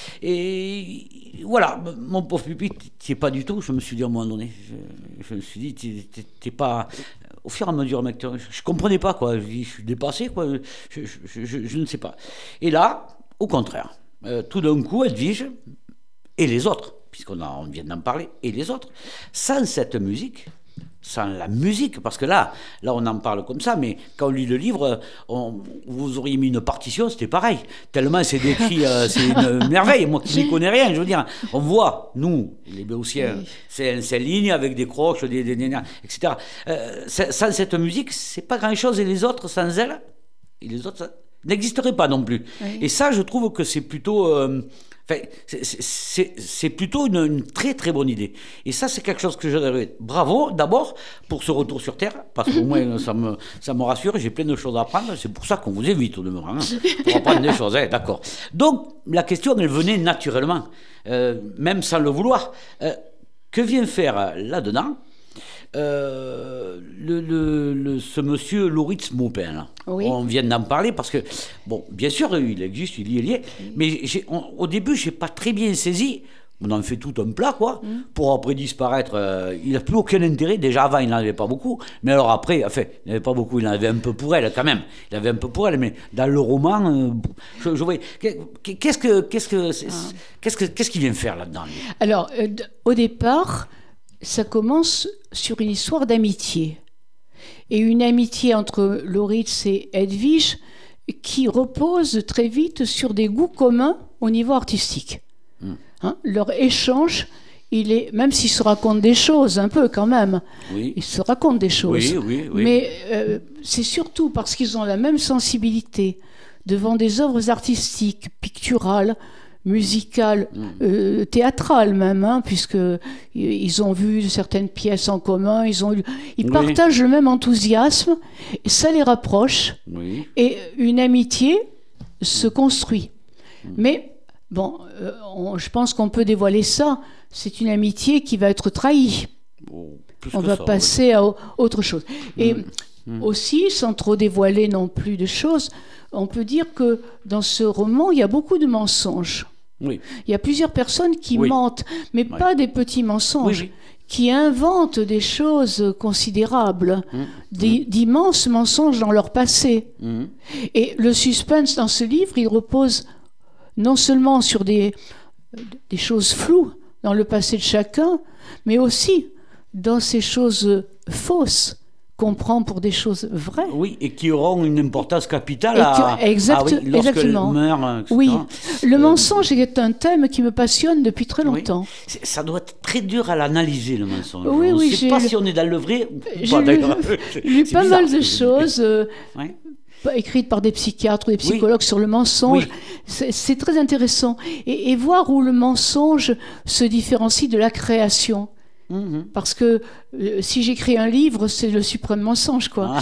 et voilà, mon pauvre Pupi, t'y es pas du tout, je me suis dit à un moment donné. Je me suis dit, t'es pas... Au fur et à mesure, mec, je comprenais pas, quoi. Je suis dépassé, quoi. Je ne sais pas. Et là, au contraire, tout d'un coup, Edwige et les autres, puisqu'on vient d'en parler, et les autres, sans cette musique, sans la musique, parce que là on en parle comme ça, mais quand on lit le livre, vous auriez mis une partition, c'était pareil, tellement c'est décrit, c'est une merveille, moi qui n'y connais rien, je veux dire, on voit, nous, les Béotiens, c'est ligne avec des croches, etc. Sans cette musique, c'est pas grand-chose, et les autres, sans elle, n'existerait pas non plus. Oui. Et ça, je trouve que c'est plutôt... c'est plutôt une très très bonne idée. Et ça, c'est quelque chose que j'aimerais. Bravo d'abord pour ce retour sur Terre, parce qu'au moins ça me rassure, j'ai plein de choses à apprendre. C'est pour ça qu'on vous évite au demeurant, pour apprendre des choses, d'accord. Donc, la question, elle venait naturellement, même sans le vouloir. Que vient faire là-dedans ce monsieur Lauritz Maupin, là. Oui. On vient d'en parler parce que, bon, bien sûr, il existe, il y est, mais au début, je n'ai pas très bien saisi. On en fait tout un plat, quoi, pour après disparaître. Il n'a plus aucun intérêt. Déjà avant, il n'en avait pas beaucoup, mais alors après, enfin, il n'avait pas beaucoup, il en avait un peu pour elle quand même. Il avait un peu pour elle, mais dans le roman, je voyais. Qu'est-ce qu'il vient faire là-dedans, lui ? Alors, au départ, ça commence sur une histoire d'amitié. Et une amitié entre Lauritz et Edwige qui repose très vite sur des goûts communs au niveau artistique. Hein, leur échange, même s'ils se racontent des choses, un peu quand même, oui. Ils se racontent des choses. Oui. Mais c'est surtout parce qu'ils ont la même sensibilité devant des œuvres artistiques, picturales, musicales, théâtrales même, hein, puisqu'ils ont vu certaines pièces en commun, ils partagent le même enthousiasme, et ça les rapproche, et une amitié se construit. Mais, bon, je pense qu'on peut dévoiler ça, c'est une amitié qui va être trahie. On va passer à autre chose. Et aussi, sans trop dévoiler non plus de choses, on peut dire que dans ce roman, il y a beaucoup de mensonges. Oui. Il y a plusieurs personnes qui mentent, mais pas des petits mensonges, qui inventent des choses considérables, d'immenses mensonges dans leur passé. Et le suspense dans ce livre, il repose non seulement sur des choses floues dans le passé de chacun, mais aussi dans ces choses fausses qu'on prend pour des choses vraies. Oui, et qui auront une importance capitale exactement. lorsqu'elles meurent, etc. Oui, le mensonge est un thème qui me passionne depuis très longtemps. Oui. Ça doit être très dur à l'analyser, le mensonge. Oui, on ne sait pas si on est dans le vrai ou pas, d'ailleurs. J'ai lu pas mal de choses écrites par des psychiatres ou des psychologues sur le mensonge. C'est très intéressant. Et voir où le mensonge se différencie de la création. Parce que si j'écris un livre, c'est le suprême mensonge, quoi.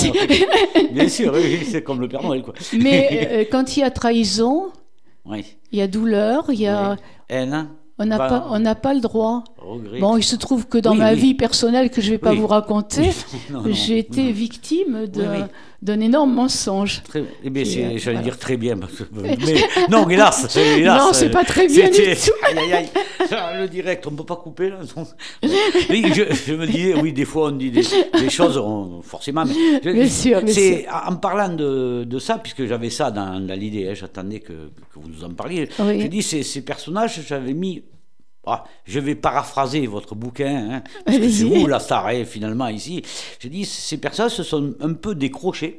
Bien sûr, oui, c'est comme le Père Noël, quoi. Mais quand il y a trahison, il y a douleur, il y a haine. On n'a pas le droit. Regret. Bon, il se trouve que dans ma vie personnelle que je ne vais pas vous raconter, j'ai été victime d'un énorme mensonge. J'allais dire très bien. Mais non, hélas. Non, c'est pas très bien du tout. Aïe. Le direct, on ne peut pas couper là. Oui, je me disais, oui, des fois on dit des choses, forcément. Bien sûr. En parlant de ça, puisque j'avais ça dans l'idée, j'attendais que vous nous en parliez. Oui. Je dis, ces personnages, j'avais mis. Je vais paraphraser votre bouquin, parce que c'est vous la star, finalement, ici. Je dis, ces personnages se sont un peu décrochés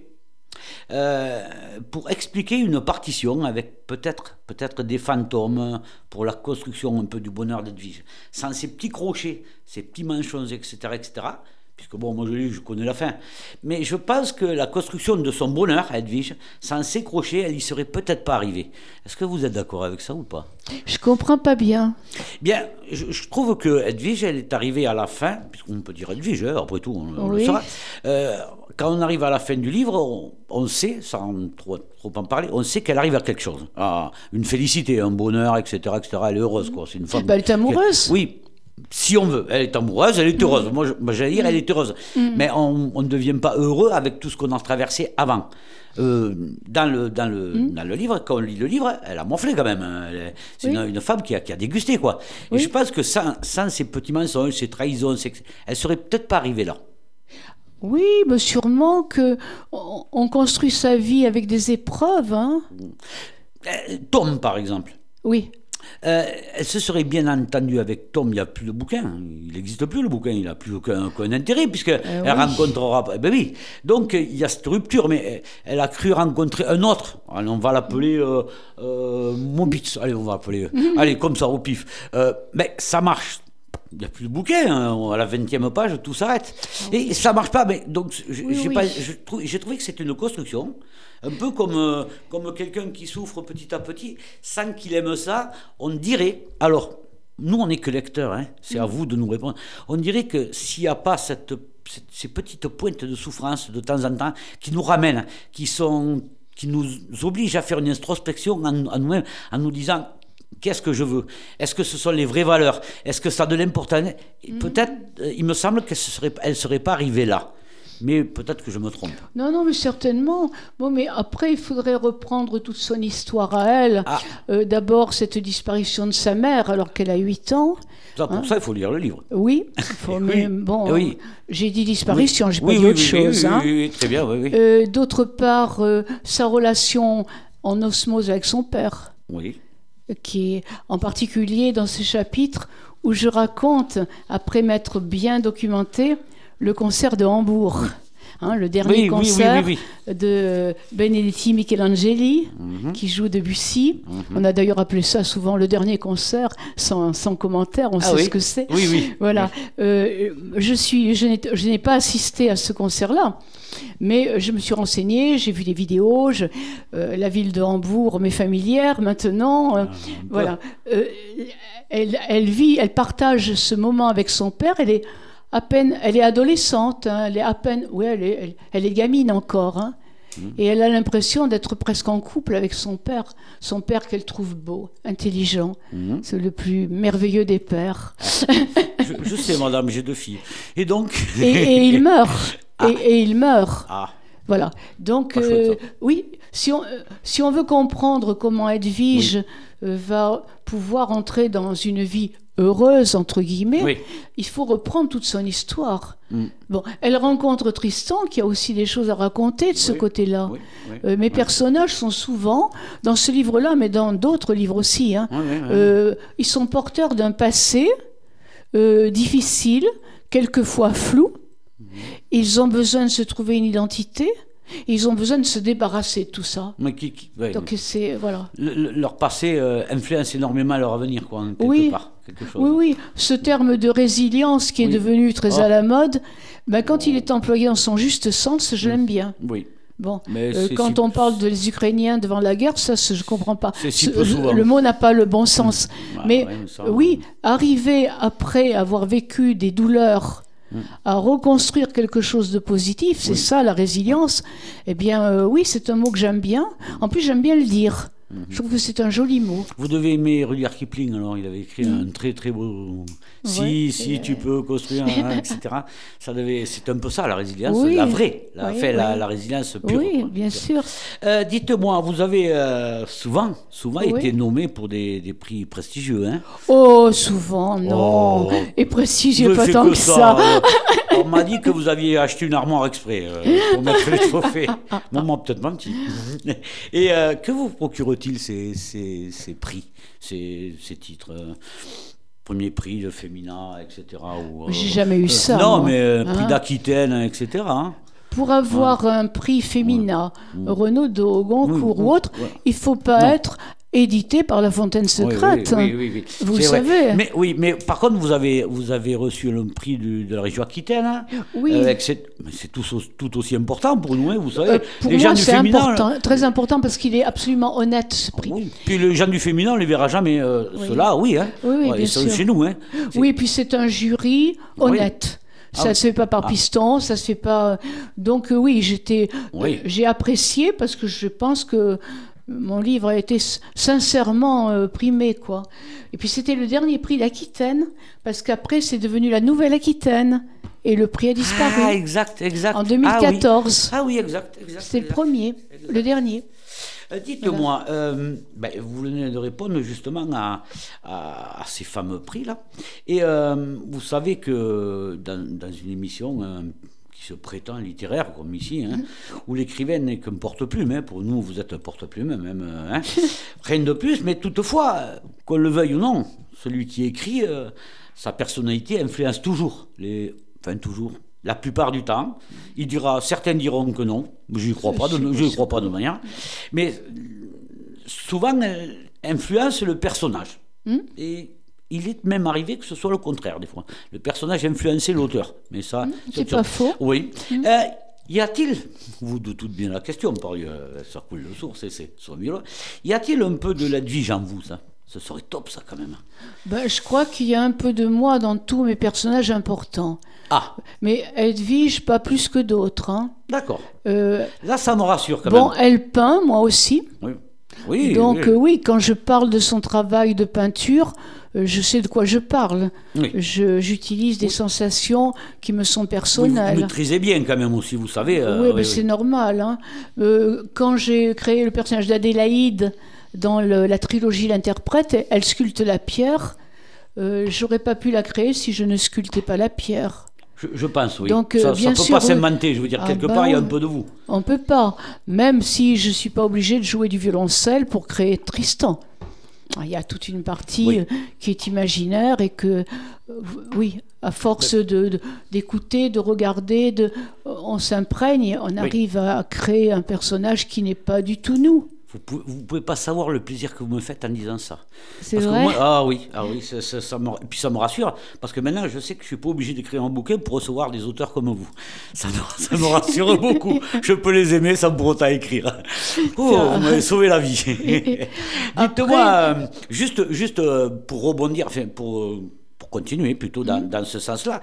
pour expliquer une partition avec peut-être des fantômes pour la construction un peu du bonheur d'Edwige. Sans ces petits crochets, ces petits manchons, etc., puisque bon, moi je connais la fin. Mais je pense que la construction de son bonheur, Edwige, sans ces crochets, elle y serait peut-être pas arrivée. Est-ce que vous êtes d'accord avec ça ou pas ? Je comprends pas bien. Bien, je trouve que Edwige, elle est arrivée à la fin, puisqu'on peut dire Edwige, après tout, on le saura. Quand on arrive à la fin du livre, on sait, sans trop en parler, on sait qu'elle arrive à quelque chose. Une félicité, un bonheur, etc. Elle est heureuse, quoi. C'est une femme. Elle est amoureuse. Oui. Si on veut, elle est amoureuse, elle est heureuse. Moi, j'allais dire, elle est heureuse. Mais on ne devient pas heureux avec tout ce qu'on a traversé avant. Dans le livre, quand on lit le livre, elle a morflé quand même. C'est une femme qui a dégusté, quoi. Et je pense que sans ces petits mensonges, ces trahisons, elle serait peut-être pas arrivée là. Oui, mais sûrement qu'on construit sa vie avec des épreuves. Hein. Tom, par exemple. Oui. Elle se serait bien entendue avec Tom, il n'y a plus de bouquin, il n'existe plus le bouquin, il n'a plus aucun intérêt, puisqu'elle rencontrera... Ben oui, donc il y a cette rupture, mais elle a cru rencontrer un autre, allez, on va l'appeler Mobitz, allez, on va l'appeler, allez, comme ça, au pif. Mais ça marche il n'y a plus de bouquin, hein. À la 20e page, tout s'arrête. Et ça ne marche pas. Mais, donc, j'ai trouvé que c'était une construction, un peu comme quelqu'un qui souffre petit à petit, sans qu'il aime ça, on dirait... Alors, nous, on n'est que lecteurs, hein, c'est à vous de nous répondre. On dirait que s'il n'y a pas ces petites pointes de souffrance de temps en temps qui nous ramènent, qui nous obligent à faire une introspection à nous-mêmes, en nous disant... Qu'est-ce que je veux? Est-ce que ce sont les vraies valeurs? Est-ce que ça a de l'importance? Peut-être, il me semble qu'elle ne serait pas arrivée là. Mais peut-être que je me trompe. Non, mais certainement. Bon, mais après, il faudrait reprendre toute son histoire à elle. D'abord, cette disparition de sa mère alors qu'elle a 8 ans. Ça, pour ça, il faut lire le livre. Oui, mais bon, j'ai dit disparition, j'ai pas dit autre chose. Oui, très bien, oui. D'autre part, sa relation en osmose avec son père. Oui. Qui est en particulier dans ce chapitre où je raconte, après m'être bien documenté, le concert de Hambourg. Le dernier concert de Benedetti Michelangeli, qui joue Debussy. On a d'ailleurs appelé ça souvent le dernier concert, sans commentaire, on sait ce que c'est. Oui. Voilà. Je n'ai pas assisté à ce concert-là, mais je me suis renseignée, j'ai vu des vidéos, la ville de Hambourg m'est familière maintenant. Voilà. Elle partage ce moment avec son père, elle est adolescente, hein, elle est gamine encore, hein, et elle a l'impression d'être presque en couple avec son père qu'elle trouve beau, intelligent, c'est le plus merveilleux des pères. Je sais, madame, j'ai 2 filles. Et donc... et il meurt, et il meurt. Voilà, donc si on veut comprendre comment Edwige va pouvoir entrer dans une vie heureuse, entre guillemets, il faut reprendre toute son histoire. Bon, elle rencontre Tristan, qui a aussi des choses à raconter de ce côté-là. Mes personnages sont souvent, dans ce livre-là, mais dans d'autres livres aussi, hein, ils sont porteurs d'un passé difficile, quelquefois flou. Ils ont besoin de se trouver une identité. Ils ont besoin de se débarrasser de tout ça. Donc c'est voilà. Leur passé influence énormément leur avenir, quoi, quelque part. Quelque chose. Oui. Ce terme de résilience qui est devenu très à la mode, quand il est employé en son juste sens, je l'aime bien. Oui. Bon, quand on parle des Ukrainiens devant la guerre, ça, je ne comprends pas. Le mot n'a pas le bon sens. Mais arriver après avoir vécu des douleurs, à reconstruire quelque chose de positif, c'est ça la résilience. Eh bien, c'est un mot que j'aime bien. En plus, j'aime bien le dire. Je trouve que c'est un joli mot. Vous devez aimer Rudyard Kipling, alors il avait écrit un très très beau si tu peux construire, etc. C'est un peu ça la résilience, la vraie, la résilience pure. Oui, bien sûr. Dites-moi, vous avez souvent été nommé pour des prix prestigieux, hein? Oh, souvent, non. Et prestigieux, pas tant que ça. On m'a dit que vous aviez acheté une armoire exprès pour mettre les trophées. Bon, on m'a peut-être menti. Et que vous procure-t-il ces prix, ces titres premier prix de Femina, etc. J'ai jamais eu ça. Non, mais prix d'Aquitaine, etc. Pour avoir un prix Femina, Renaudot, Goncourt ou autre, il ne faut pas être édité par La Fontaine Secrète. Oui. Vous savez. Mais par contre, vous avez reçu le prix de la région Aquitaine. Hein, oui. C'est tout aussi important pour nous, hein, vous savez. Pour les moi, c'est important, très important, parce qu'il est absolument honnête, ce prix. Puis les gens du féminin, on ne les verra jamais. Ceux-là, oui. Bien sûr. Chez nous. Hein, oui, et puis c'est un jury honnête. Ça ne se fait pas par piston, ça se fait pas... Donc j'ai apprécié, parce que je pense que mon livre a été sincèrement primé, quoi. Et puis c'était le dernier prix d'Aquitaine, parce qu'après c'est devenu la Nouvelle-Aquitaine, et le prix a disparu. Exact. En 2014. Exact. C'est le premier, le dernier. Dites-moi, vous venez de répondre justement à ces fameux prix-là. Et vous savez que dans une émission qui se prétend littéraire, comme ici, où l'écrivain n'est qu'un porte-plume, pour nous, vous êtes un porte-plume, même, rien de plus, mais toutefois, qu'on le veuille ou non, celui qui écrit, sa personnalité influence toujours, toujours. La plupart du temps, certains diront que non, je ne crois pas de manière, mais souvent elle influence le personnage. Et il est même arrivé que ce soit le contraire des fois. Le personnage influençait l'auteur. Mais ça, c'est pas faux. Oui. Y a-t-il, vous doutez bien la question, ça coule de source, y a-t-il un peu de l'Edwige en vous, ça? Ce serait top, ça, quand même. Ben, je crois qu'il y a un peu de moi dans tous mes personnages importants. Ah. Mais Edwige, pas plus que d'autres. Hein. D'accord. Là, ça me rassure, quand même. Bon, elle peint, moi aussi. Oui. Oui, donc oui, quand je parle de son travail de peinture, je sais de quoi je parle. Oui. J'utilise des sensations qui me sont personnelles. Vous maîtrisez bien quand même aussi, vous savez. Oui, c'est normal. Hein. Quand j'ai créé le personnage d'Adélaïde dans la trilogie L'Interprète, elle sculpte la pierre. J'aurais pas pu la créer si je ne sculptais pas la pierre. Je pense, oui. Donc, ça bien ne peut sûr, pas s'inventer, je veux dire, quelque part, il y a un peu de vous. On ne peut pas, même si je ne suis pas obligée de jouer du violoncelle pour créer Tristan. Il y a toute une partie qui est imaginaire et que, oui, à force d'écouter, de regarder, on s'imprègne, on arrive à créer un personnage qui n'est pas du tout nous. Vous ne pouvez pas savoir le plaisir que vous me faites en disant ça. C'est vrai. Moi, puis ça me rassure, parce que maintenant, je sais que je ne suis pas obligé d'écrire un bouquin pour recevoir des auteurs comme vous. Ça me rassure beaucoup. Je peux les aimer sans pour autant écrire. Oh, vous m'avez sauvé la vie. Dites-moi, juste pour rebondir, enfin, pour continuer plutôt dans ce sens-là,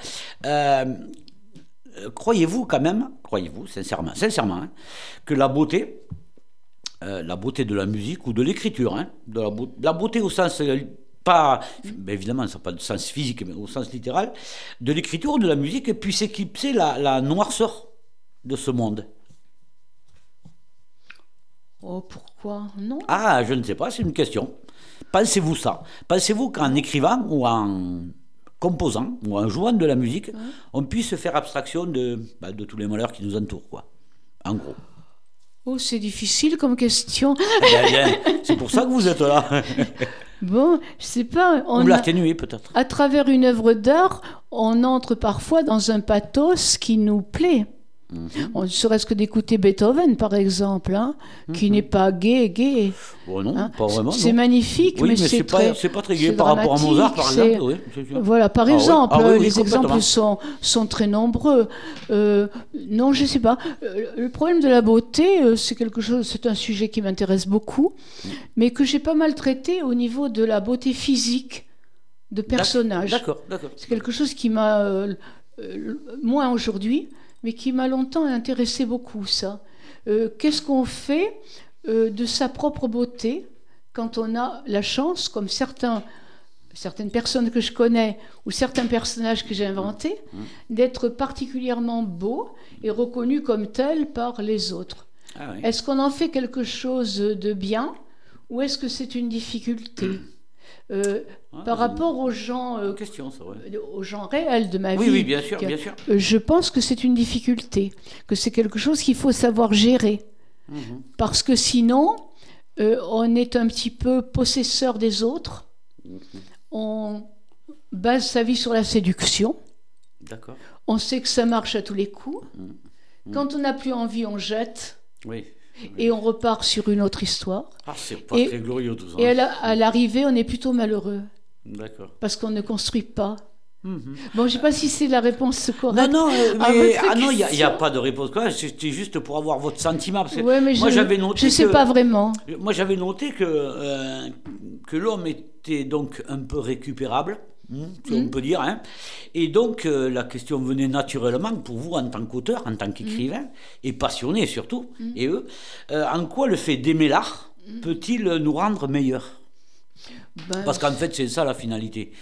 croyez-vous sincèrement, hein, que la beauté de la musique ou de l'écriture, hein, la beauté au sens, pas, évidemment ça n'a pas de sens physique, mais au sens littéral, de l'écriture ou de la musique puisse éclipser la noirceur de ce monde. Oh, pourquoi non? Ah, je ne sais pas, c'est une question. Pensez-vous ça? Pensez-vous qu'en écrivant ou en composant ou en jouant de la musique, on puisse faire abstraction de tous les malheurs qui nous entourent, quoi, en gros? Oh, c'est difficile comme question. C'est pour ça que vous êtes là. Bon, je sais pas. Ou l'atténuer peut-être. À travers une œuvre d'art, on entre parfois dans un pathos qui nous plaît. On serait-ce que d'écouter Beethoven, par exemple, hein, qui n'est pas gai. Bon, non, pas vraiment. C'est magnifique, oui, mais c'est pas très gai par rapport à Mozart, par exemple. Oui, voilà, par exemple, les exemples sont très nombreux. Non, je ne sais pas. Le problème de la beauté, c'est un sujet qui m'intéresse beaucoup, mais que j'ai pas mal traité au niveau de la beauté physique de personnages. D'accord. C'est quelque chose qui m'a moins aujourd'hui, mais qui m'a longtemps intéressé beaucoup, ça. Qu'est-ce qu'on fait de sa propre beauté quand on a la chance, comme certaines personnes que je connais ou certains personnages que j'ai inventés, d'être particulièrement beaux et reconnus comme tels par les autres. Ah oui. Est-ce qu'on en fait quelque chose de bien ou est-ce que c'est une difficulté par rapport aux gens, aux gens réels de ma vie. Oui, bien sûr. Je pense que c'est une difficulté, que c'est quelque chose qu'il faut savoir gérer. Parce que sinon, on est un petit peu possesseur des autres. On base sa vie sur la séduction. D'accord. On sait que ça marche à tous les coups. Quand on n'a plus envie, on jette. Oui. Et on repart sur une autre histoire. Ah, c'est pas très glorieux tout ça. Et à l'arrivée, on est plutôt malheureux. D'accord. Parce qu'on ne construit pas. Bon, je ne sais pas si c'est la réponse correcte. Non, il n'y a pas de réponse correcte. C'était juste pour avoir votre sentiment. Parce que mais moi, j'avais noté je ne sais pas vraiment. Moi, j'avais noté que l'homme était donc un peu récupérable. Si on peut dire, hein. Et donc la question venait naturellement pour vous en tant qu'auteur, en tant qu'écrivain, et passionné surtout, et eux, en quoi le fait d'aimer l'art peut-il nous rendre meilleurs? Parce qu'en fait c'est ça la finalité.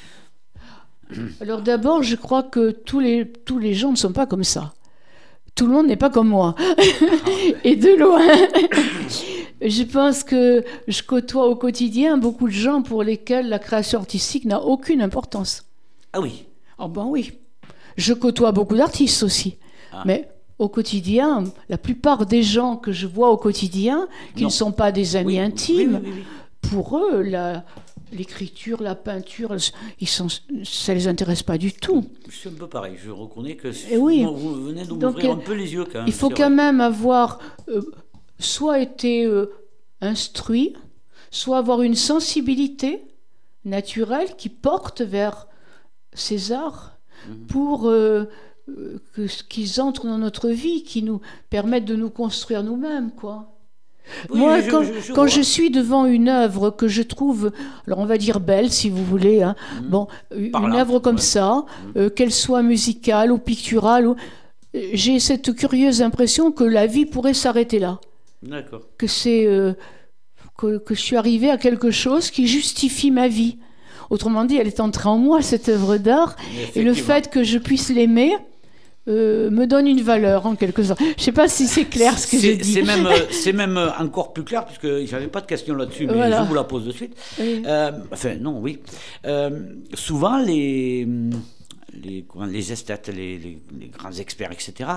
Alors d'abord, je crois que tous les gens ne sont pas comme ça. Tout le monde n'est pas comme moi. Et de loin. Je pense que je côtoie au quotidien beaucoup de gens pour lesquels la création artistique n'a aucune importance. Ah oui. Ah ben oui. Je côtoie beaucoup d'artistes aussi. Mais au quotidien, la plupart des gens que je vois au quotidien, qui ne sont pas des amis intimes, pour eux, l'écriture, la peinture, ça ne les intéresse pas du tout. Je suis un peu pareil. Je reconnais que vous venez de m'ouvrir un peu les yeux quand même. Il faut quand même avoir... soit été instruit, soit avoir une sensibilité naturel qui porte vers ces arts pour qu'ils entrent dans notre vie, qui nous permettent de nous construire nous-mêmes, quoi. Oui, Moi, je quand vois. je suis devant une œuvre que je trouve, alors on va dire belle si vous voulez, hein, bon, une Parlante, œuvre comme ouais. ça, qu'elle soit musicale ou picturale, j'ai cette curieuse impression que la vie pourrait s'arrêter là, D'accord. que que je suis arrivée à quelque chose qui justifie ma vie. Autrement dit, elle est entrée en moi, cette œuvre d'art, et le Effectivement. fait que je puisse l'aimer me donne une valeur, en quelque sorte. Je ne sais pas si c'est clair ce que je dis. C'est même encore plus clair, puisque j'avais pas de question là-dessus, mais Voilà. je vous la pose de suite. Oui. Enfin, non, oui. Souvent, les esthètes, les grands experts, etc.,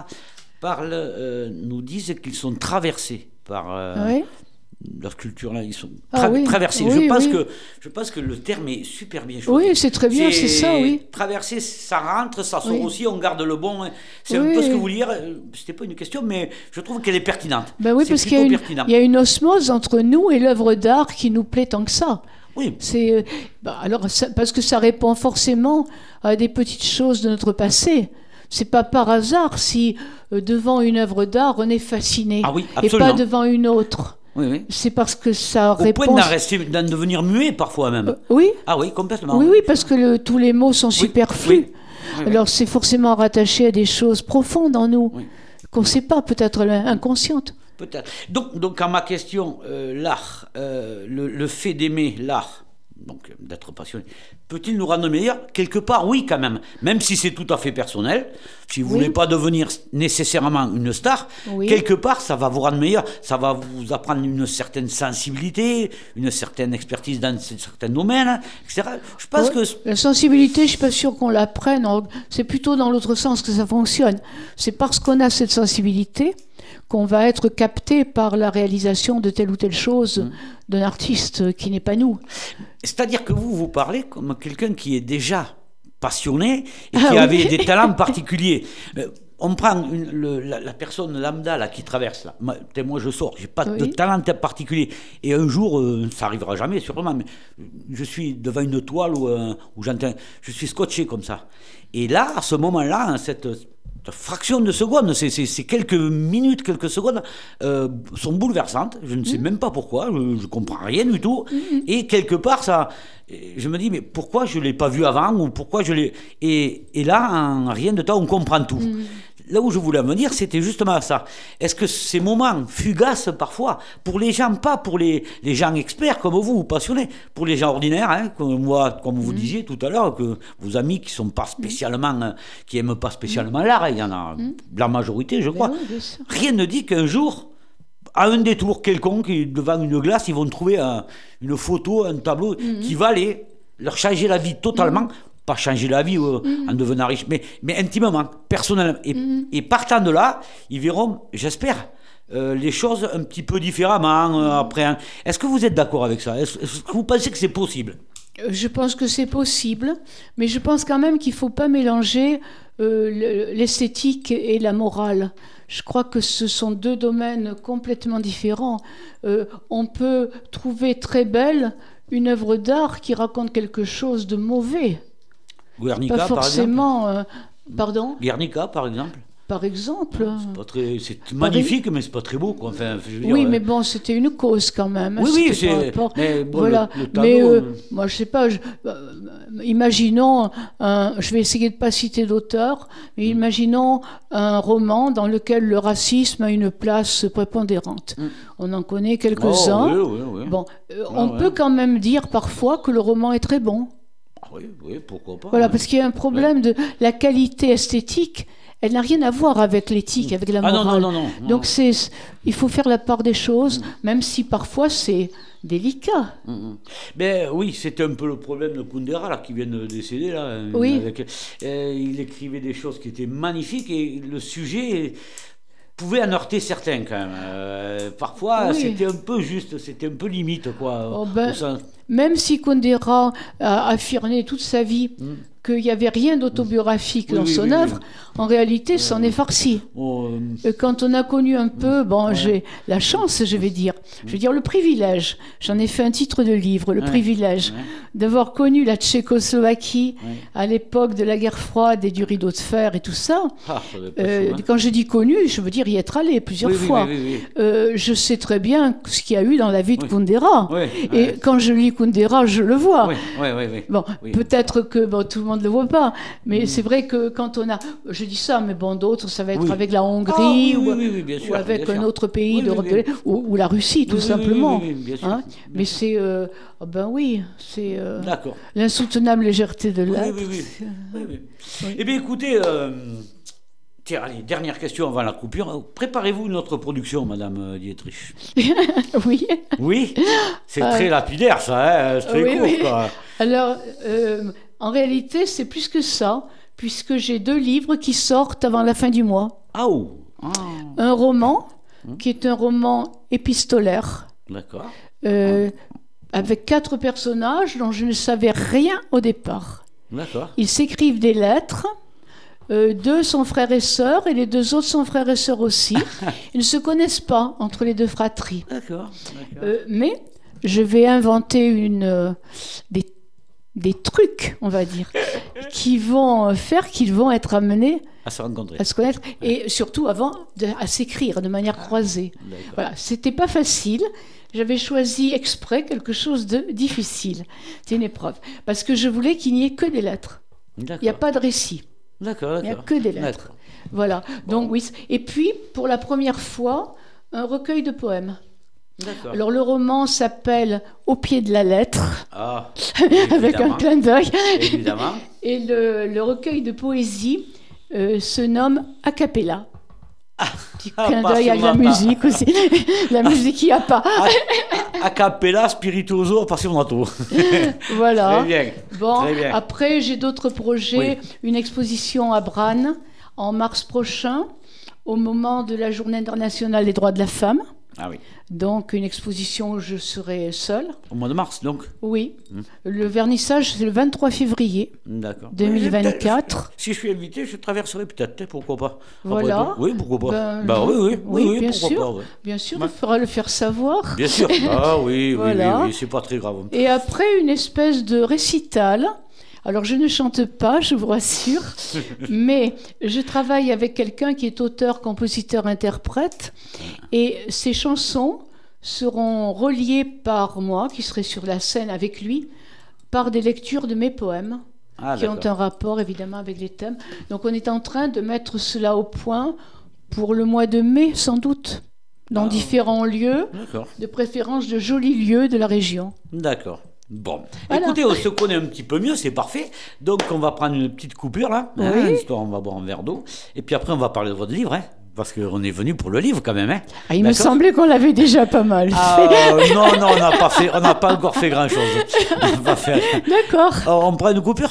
nous disent qu'ils sont traversés par Oui. leur culture. Là, ils sont Oui. traversés. Oui, Je pense que le terme est super bien choisi. Oui, c'est très bien, c'est ça, oui. Traverser, ça rentre, ça sort Oui. aussi, on garde le bon. C'est Oui. un peu ce que vous voulez dire. C'était pas une question, mais je trouve qu'elle est pertinente. Ben oui, C'est parce qu'il y a plutôt pertinent. il y a une osmose entre nous et l'œuvre d'art qui nous plaît tant que ça. Oui, C'est parce que ça répond forcément à des petites choses de notre passé. C'est pas par hasard si devant une œuvre d'art on est fasciné Ah oui, et absolument. pas devant une autre. oui, oui. C'est parce que ça Au point répond. d'en devenir muet parfois même. Oui, Ah oui, complètement. oui, parce que tous les mots sont superflus. oui. Oui, oui. Alors c'est forcément rattaché à des choses profondes en nous Oui. qu'on ne sait pas, peut-être inconscientes. Peut-être. Donc, à ma question, l'art, le fait d'aimer l'art, donc d'être passionné, peut-il nous rendre meilleurs? Quelque part, oui, quand même si c'est tout à fait personnel. Si vous ne Oui. voulez pas devenir nécessairement une star, Oui. quelque part, ça va vous rendre meilleur. Ça va vous apprendre une certaine sensibilité, une certaine expertise dans certains domaines, etc. Je pense Ouais. que... La sensibilité, je ne suis pas sûre qu'on l'apprenne. C'est plutôt dans l'autre sens que ça fonctionne. C'est parce qu'on a cette sensibilité qu'on va être capté par la réalisation de telle ou telle chose d'un artiste qui n'est pas nous. C'est-à-dire que vous parlez comme quelqu'un qui est déjà passionné et Ah qui oui. avait des talents particuliers. On prend la personne lambda là, qui traverse, là. Moi je sors, j'ai pas de Oui. talent particulier. Et un jour, ça arrivera jamais sûrement, mais je suis devant une toile où j'entends, je suis scotché comme ça. Et là, à ce moment-là, cette fraction de seconde, c'est quelques minutes, quelques secondes, sont bouleversantes. Je ne sais même pas pourquoi, je ne comprends rien du tout. Et quelque part, je me dis, mais pourquoi je ne l'ai pas vu avant ou pourquoi je l'ai... Et là, en rien de temps, on comprend tout. Là où je voulais en venir, c'était justement ça. Est-ce que ces moments fugaces, parfois, pour les gens, pas pour les gens experts comme vous, passionnés, pour les gens ordinaires, hein, comme moi, comme vous disiez tout à l'heure, que vos amis qui sont pas spécialement, qui aiment pas spécialement l'art, il y en a la majorité, je crois. oui, bien sûr. Rien ne dit qu'un jour, à un détour quelconque, devant une glace, ils vont trouver une photo, un tableau qui va leur changer la vie totalement. Pas changer la vie en devenant riche, mais intimement, personnellement. Et partant de là, ils verront, j'espère, les choses un petit peu différemment après. Est-ce que vous êtes d'accord avec ça? Est-ce que vous pensez que c'est possible? Je pense que c'est possible, mais je pense quand même qu'il ne faut pas mélanger l'esthétique et la morale. Je crois que ce sont deux domaines complètement différents. On peut trouver très belle une œuvre d'art qui raconte quelque chose de mauvais. Guernica, Pas forcément. Pardon? Guernica, par exemple. Par exemple. C'est magnifique, mais c'est pas très beau, quoi. Enfin, je veux dire, Oui, mais bon, c'était une cause quand même. Oui, oui, c'était par c'est. rapport- Mais bon, Voilà. le tableau, Mais moi, je sais pas. Imaginons, je vais essayer de pas citer d'auteur, mais imaginons un roman dans lequel le racisme a une place prépondérante. On en connaît quelques-uns. Oh, oui. Bon, on peut quand même dire parfois que le roman est très bon. Ah oui, pourquoi pas. Voilà, hein. parce qu'il y a un problème de la qualité esthétique. Elle n'a rien à voir avec l'éthique, avec la Ah morale. non. Donc il faut faire la part des choses, même si parfois c'est délicat. Ben oui, c'était un peu le problème de Kundera là, qui vient de décéder là. Oui. Il écrivait des choses qui étaient magnifiques et le sujet pouvait en heurter certains quand même. Parfois, Oui. c'était un peu juste, c'était un peu limite quoi. Oh ben, au sens- Même si Kundera a affirmé toute sa vie qu'il n'y avait rien d'autobiographique dans son œuvre, en réalité, c'en est farci. Quand on a connu un peu, j'ai la chance, je vais dire le privilège, j'en ai fait un titre de livre, le privilège d'avoir connu la Tchécoslovaquie à l'époque de la guerre froide et du rideau de fer et tout ça. Quand je dis connu, je veux dire y être allé plusieurs fois. Je sais très bien ce qu'il y a eu dans la vie de Kundera. Et quand je lis Kundera, je le vois. Peut-être que tout le monde ne le voit pas, mais c'est vrai que quand on a... Je dis ça, mais d'autres, ça va être avec la Hongrie ou avec un autre pays d'Europe de l'Est, ou la Russie, tout simplement. Mais c'est... c'est l'insoutenable légèreté de l'être. Eh bien, écoutez... Tiens, allez, dernière question avant la coupure. Préparez-vous notre production, Madame Dietrich. Oui. Oui. C'est très lapidaire, ça, c'est très court. Quoi. Alors, en réalité, c'est plus que ça, puisque j'ai 2 livres qui sortent avant la fin du mois. Un roman, qui est un roman épistolaire. D'accord. Avec 4 personnages dont je ne savais rien au départ. D'accord. Ils s'écrivent des lettres. 2 sont frères et sœurs, et les 2 autres sont frères et sœurs aussi. Ils ne se connaissent pas entre les 2 fratries. D'accord. Mais je vais inventer des trucs, on va dire, qui vont faire qu'ils vont être amenés à se rencontrer, à se connaître, et surtout à s'écrire de manière croisée. Voilà, c'était pas facile. J'avais choisi exprès quelque chose de difficile. C'est une épreuve, parce que je voulais qu'il n'y ait que des lettres. Il n'y a pas de récit. D'accord. Il n'y a que des lettres. Voilà. Donc oui. Et puis, pour la première fois, un recueil de poèmes. D'accord. Alors le roman s'appelle Au pied de la lettre, avec un clin d'œil. Évidemment. Et le recueil de poésie se nomme A cappella. Petit clin d'œil avec la musique aussi. La musique, il n'y a pas. A cappella, spirituoso, appassionato. Voilà. Très bien. Très bien. Après, j'ai d'autres projets. Une exposition à Brann en mars prochain, au moment de la Journée internationale des droits de la femme. Donc, une exposition où je serai seule. Au mois de mars, donc. Oui. Le vernissage, c'est le 23 février 2024. Si je suis invité, je traverserai peut-être, pourquoi pas. Voilà. Après, oui, pourquoi pas. Oui, bien pourquoi sûr. Pas, Bien sûr, il faudra le faire savoir. Bien sûr. Oui, voilà. c'est pas très grave. Et après, une espèce de récital. Alors, je ne chante pas, je vous rassure, mais je travaille avec quelqu'un qui est auteur, compositeur, interprète, et ses chansons seront reliées par moi, qui serai sur la scène avec lui, par des lectures de mes poèmes, qui ont un rapport évidemment avec les thèmes. Donc, on est en train de mettre cela au point pour le mois de mai, sans doute, dans différents lieux, de préférence de jolis lieux de la région. D'accord. Bon, écoutez, on se connaît un petit peu mieux, c'est parfait. Donc, on va prendre une petite coupure, là. Histoire, on va boire un verre d'eau. Et puis après, on va parler de votre livre, parce qu'on est venu pour le livre, quand même. Il me semblait qu'on l'avait déjà pas mal fait. Non, on n'a pas encore fait grand-chose. D'accord. On prend une coupure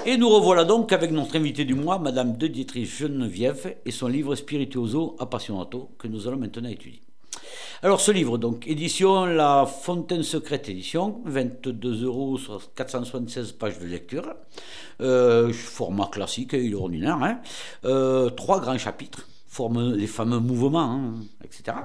Et nous revoilà donc avec notre invité du mois, Madame de Dietrich Geneviève, et son livre Spirituoso Appassionato, que nous allons maintenant étudier. Alors ce livre, donc, édition La Fontaine Secrète édition, 22 € sur 476 pages de lecture, format classique, il est ordinaire, hein, 3 grands chapitres, forment les fameux mouvements, hein, etc.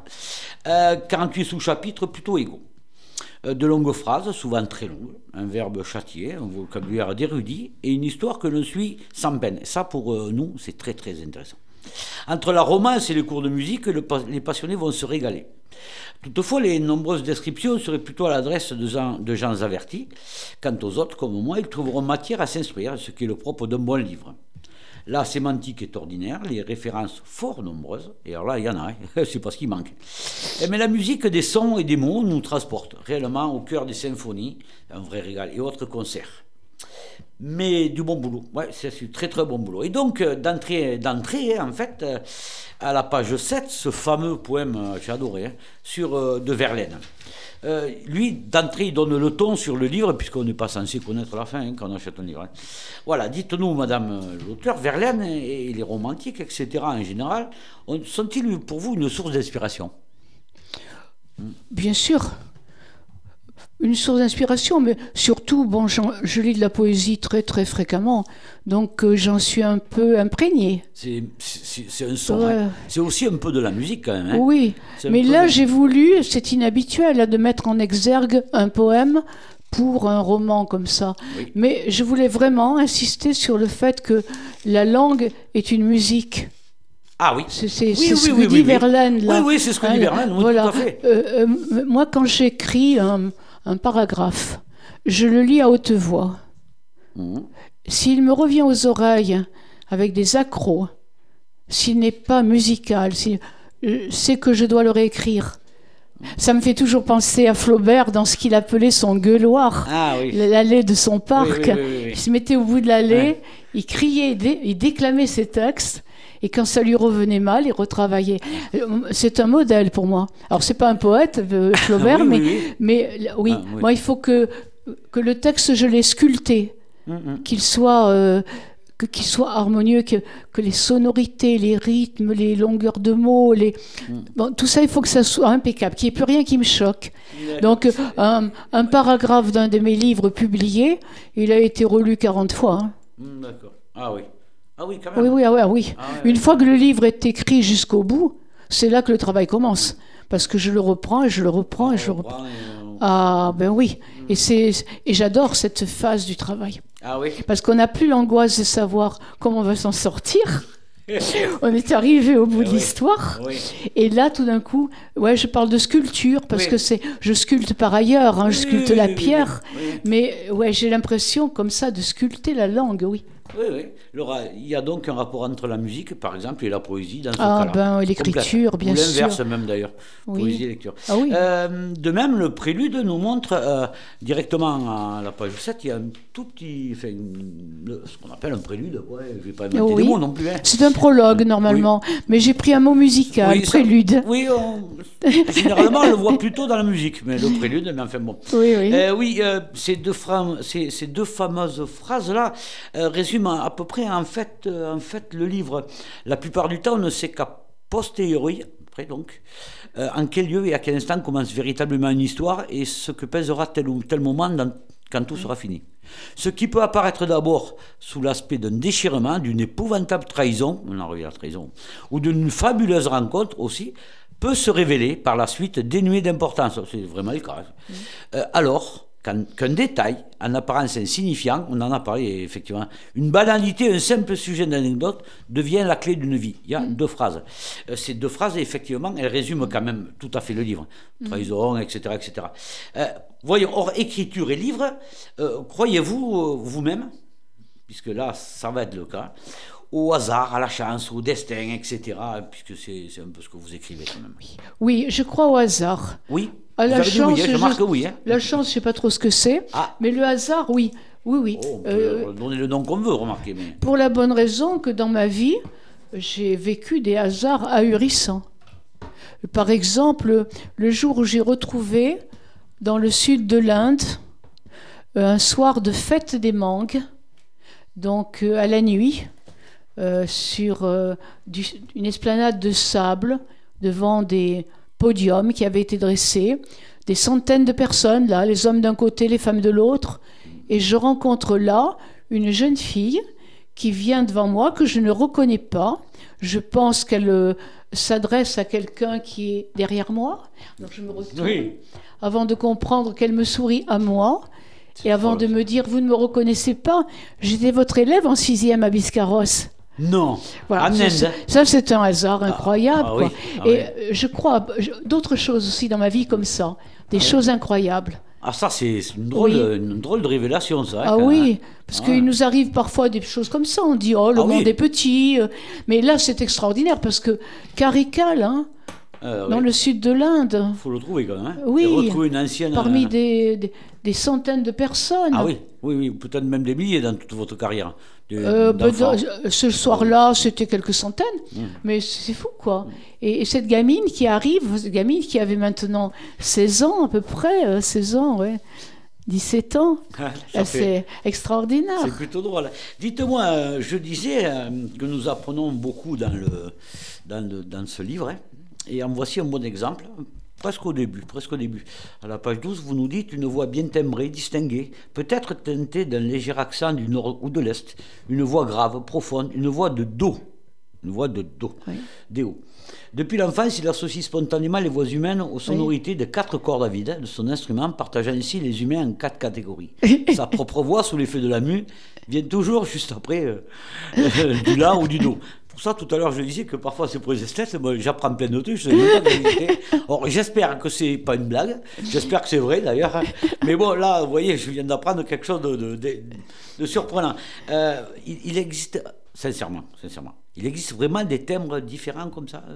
48 sous-chapitres plutôt égaux. De longues phrases, souvent très longues, un verbe châtié, un vocabulaire d'érudit, et une histoire que l'on suit sans peine. Ça, pour nous, c'est très très intéressant. Entre la romance et les cours de musique, les passionnés vont se régaler. Toutefois, les nombreuses descriptions seraient plutôt à l'adresse de gens avertis. Quant aux autres, comme moi, ils trouveront matière à s'instruire, ce qui est le propre d'un bon livre. La sémantique est ordinaire, les références fort nombreuses, et alors là, il y en a, hein, c'est pas ce qui manque. Mais la musique des sons et des mots nous transporte réellement au cœur des symphonies, un vrai régal, et autres concerts. Mais du bon boulot, ouais, c'est du très très bon boulot. Et donc, d'entrée, en fait, à la page 7, ce fameux poème, j'ai adoré, hein, de Verlaine. Lui, d'entrée, il donne le ton sur le livre, puisqu'on n'est pas censé connaître la fin, hein, quand on achète un livre. Hein. Voilà, dites-nous, madame l'auteur, Verlaine et les romantiques, etc., en général, sont-ils pour vous une source d'inspiration ? Bien sûr. Une source d'inspiration, mais surtout, bon, je lis de la poésie très très fréquemment, donc j'en suis un peu imprégnée. C'est un son, ouais. Hein. C'est aussi un peu de la musique quand même. Hein. Oui, mais là j'ai voulu, c'est inhabituel là, de mettre en exergue un poème pour un roman comme ça. Oui. Mais je voulais vraiment insister sur le fait que la langue est une musique. Ah oui. C'est ce que dit Verlaine. Là. Oui, c'est ce que dit Verlaine, oui, voilà. Tout à fait. Moi, quand j'écris un paragraphe, je le lis à haute voix. S'il me revient aux oreilles avec des accros, s'il n'est pas musical, c'est que je dois le réécrire. Ça me fait toujours penser à Flaubert dans ce qu'il appelait son gueuloir, l'allée de son parc. Oui. Il se mettait au bout de l'allée, il criait, il déclamait ses textes. Et quand ça lui revenait mal, il retravaillait. C'est un modèle pour moi. Alors, c'est pas un poète, Flaubert, mais moi, il faut que le texte, je l'ai sculpté, qu'il soit harmonieux, que les sonorités, les rythmes, les longueurs de mots, bon, tout ça, il faut que ça soit impeccable, qu'il n'y ait plus rien qui me choque. Donc, un paragraphe d'un de mes livres publiés, il a été relu 40 fois. Hein. D'accord. Ah oui. Ah oui, quand même. Oui. Une fois que le livre est écrit jusqu'au bout, c'est là que le travail commence. Parce que je le reprends et je le reprends et je le reprends. Ah ben oui. Et j'adore cette phase du travail. Ah oui. Parce qu'on n'a plus l'angoisse de savoir comment on va s'en sortir. On est arrivé au bout de l'histoire. Oui. Et là, tout d'un coup, je parle de sculpture parce que je sculpte par ailleurs. Hein, je sculpte la pierre. Oui. Mais j'ai l'impression comme ça de sculpter la langue, oui. Oui. Laura, il y a donc un rapport entre la musique, par exemple, et la poésie dans ce cas-là. L'écriture, bien sûr. Ou l'inverse même, d'ailleurs. Oui. Poésie et lecture. Ah, oui. De même, le prélude nous montre, directement à la page 7, il y a un tout petit... ce qu'on appelle un prélude, quoi. Je ne vais pas inventer des mots non plus. Hein. C'est un prologue, normalement. Mais j'ai pris un mot musical, prélude. Généralement, on le voit plutôt dans la musique, mais le prélude, mais enfin bon. Oui. Ces deux fameuses phrases-là résument à peu près en fait le livre. La plupart du temps, on ne sait qu'à posteriori, après donc, en quel lieu et à quel instant commence véritablement une histoire et ce que pèsera tel ou tel moment quand tout sera fini. Ce qui peut apparaître d'abord sous l'aspect d'un déchirement, d'une épouvantable trahison, on en revient à la trahison, ou d'une fabuleuse rencontre aussi, peut se révéler par la suite dénué d'importance. C'est vraiment le cas. Alors qu'un détail, en apparence insignifiant, on en a parlé effectivement, une banalité, un simple sujet d'anecdote devient la clé d'une vie. Il y a 2 phrases. Ces 2 phrases, effectivement, elles résument quand même tout à fait le livre. Trahison, etc. Voyons, hors écriture et livre, croyez-vous vous-même, puisque là, ça va être le cas, au hasard, à la chance, au destin, etc., puisque c'est un peu ce que vous écrivez quand même. Oui, je crois au hasard. Oui. La chance, je marque oui. Hein. La chance, je ne sais pas trop ce que c'est, mais le hasard, oui. Oh, on peut donner le nom qu'on veut, remarquez. Mais... Pour la bonne raison que dans ma vie, j'ai vécu des hasards ahurissants. Par exemple, le jour où j'ai retrouvé, dans le sud de l'Inde, un soir de fête des mangues, donc à la nuit, sur une esplanade de sable, devant des podiums qui avaient été dressés, des centaines de personnes, là, les hommes d'un côté, les femmes de l'autre, et je rencontre là une jeune fille qui vient devant moi, que je ne reconnais pas. Je pense qu'elle s'adresse à quelqu'un qui est derrière moi. Donc je me retourne avant de comprendre qu'elle me sourit à moi. Et avant de me dire, vous ne me reconnaissez pas, j'étais votre élève en 6e à Biscarrosse. Non, voilà, ça c'est un hasard incroyable. Oui. Je crois d'autres choses aussi dans ma vie comme ça, des choses incroyables. Ah ça c'est une drôle de révélation ça. Ah oui, parce qu'il nous arrive parfois des choses comme ça, on dit oh le monde est petit, mais là c'est extraordinaire parce que Carical, dans le sud de l'Inde. Il faut le trouver quand même. Oui, et retrouver une ancienne... parmi des centaines de personnes. Ah oui, peut-être même des milliers dans toute votre carrière. Ce soir-là, c'était quelques centaines, mais c'est fou, quoi. Et cette gamine qui arrive, cette gamine qui avait maintenant 16 ans à peu près, 16 ans, 17 ans, c'est extraordinaire. C'est plutôt drôle. Dites-moi, je disais que nous apprenons beaucoup dans ce livre, et en voici un bon exemple. Presque au début. À la page 12, vous nous dites une voix bien timbrée, distinguée, peut-être teintée d'un léger accent du nord ou de l'est, une voix grave, profonde, une voix de do. Do. Depuis l'enfance, il associe spontanément les voix humaines aux sonorités de 4 cordes à vide de son instrument, partageant ainsi les humains en 4 catégories. Sa propre voix, sous l'effet de la mue, vient toujours juste après du la ou du do. Pour ça, tout à l'heure, je disais que parfois, c'est pour les esthètes. Moi, j'apprends plein de trucs. Je sais même pas que or, j'espère que c'est pas une blague. J'espère que c'est vrai, d'ailleurs. Mais bon, là, vous voyez, je viens d'apprendre quelque chose de surprenant. Il existe, sincèrement, il existe vraiment des timbres différents comme ça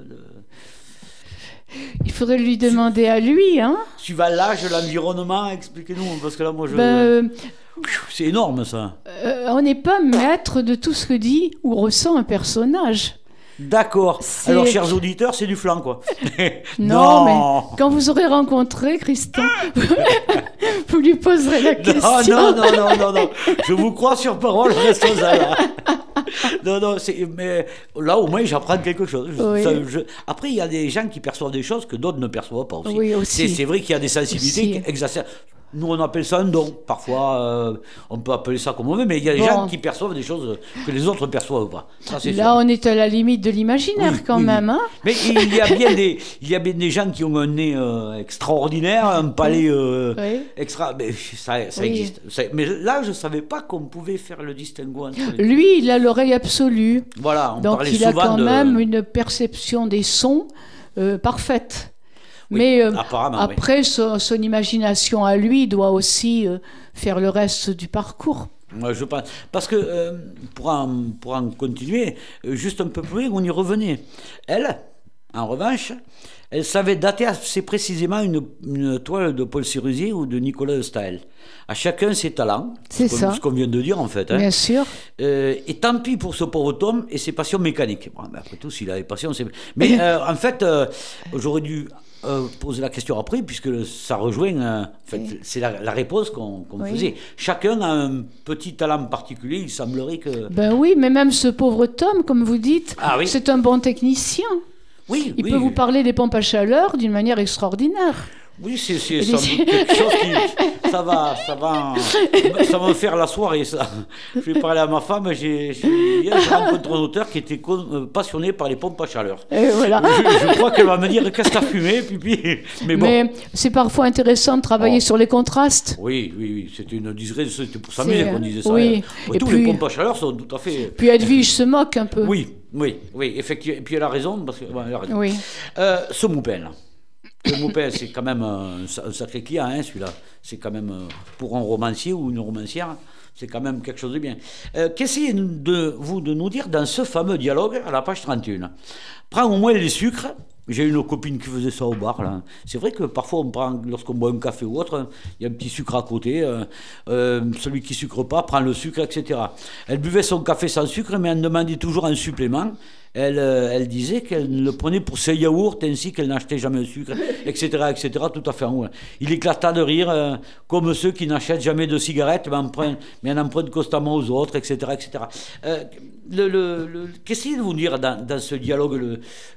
Il faudrait lui demander à lui, Suivant l'âge, l'environnement, expliquez-nous, parce que là, moi, c'est énorme, ça. On n'est pas maître de tout ce que dit ou ressent un personnage. D'accord. Alors, chers auditeurs, c'est du flan, quoi. Non, mais quand vous aurez rencontré Christian, vous lui poserez la question. Non. Je vous crois sur parole, reste ça, là. Non, mais là, au moins, j'apprends quelque chose. Oui. Après, il y a des gens qui perçoivent des choses que d'autres ne perçoivent pas aussi. Oui, aussi. C'est vrai qu'il y a des sensibilités exacerbées. Nous, on appelle ça un don. Parfois, on peut appeler ça comme on veut, mais il y a des gens qui perçoivent des choses que les autres ne perçoivent pas. Ça, c'est là, sûr. On est à la limite de l'imaginaire quand même. Mais il y a bien des gens qui ont un nez extraordinaire, un palais extra. Mais ça existe. Mais là, je ne savais pas qu'on pouvait faire le distinguo entre les... Lui, il a l'oreille absolue. Voilà, donc il a quand même une perception des sons parfaite. Mais après, son imagination à lui doit aussi faire le reste du parcours. Moi, je pense. Parce que, pour en continuer, juste un peu plus loin, on y revenait. Elle, en revanche, elle savait dater assez précisément une toile de Paul Sérusier ou de Nicolas de Staël. À chacun ses talents. C'est ça. Ce qu'on vient de dire, en fait. Bien sûr. Et tant pis pour ce pauvre Tom et ses passions mécaniques. Bon, après tout, s'il a des passions, c'est... Mais en fait, j'aurais dû... poser la question après, puisque ça rejoint, c'est la réponse qu'on faisait. Chacun a un petit talent particulier, il semblerait que... Ben oui, mais même ce pauvre Tom, comme vous dites, c'est un bon technicien. Il peut vous parler des pompes à chaleur d'une manière extraordinaire. Oui, c'est sans doute quelque chose qui... Ça va me faire la soirée, ça. Je vais parler à ma femme, hier, j'ai rencontré un auteur qui était passionné par les pompes à chaleur. Et voilà. Je crois qu'elle va me dire qu'est-ce que t'as fumé, pipi. Mais bon. Mais c'est parfois intéressant de travailler sur les contrastes. Oui, c'était une disgrâce, c'était pour s'amuser qu'on disait ça. Oui. Et tous les pompes à chaleur sont tout à fait... Puis Edwige se moque un peu. Oui, effectivement. Et puis elle a raison, parce que... elle a raison. Oui. Ce Moupin, là. Le Moupin, c'est quand même un sacré client, celui-là. C'est quand même, pour un romancier ou une romancière, c'est quand même quelque chose de bien. Qu'essayez-vous de nous dire dans ce fameux dialogue à la page 31 ? Prends au moins les sucres J'ai une copine qui faisait ça au bar, là. C'est vrai que parfois, lorsqu'on boit un café ou autre, il y a un petit sucre à côté. Celui qui sucre pas prend le sucre, etc. Elle buvait son café sans sucre, mais elle demandait toujours un supplément. Elle disait qu'elle le prenait pour ses yaourts, ainsi qu'elle n'achetait jamais de sucre, etc., etc., tout à fait. Ouais. Il éclata de rire, comme ceux qui n'achètent jamais de cigarettes, mais en empruntent constamment aux autres, etc., etc. Qu'essayez de vous dire dans ce dialogue,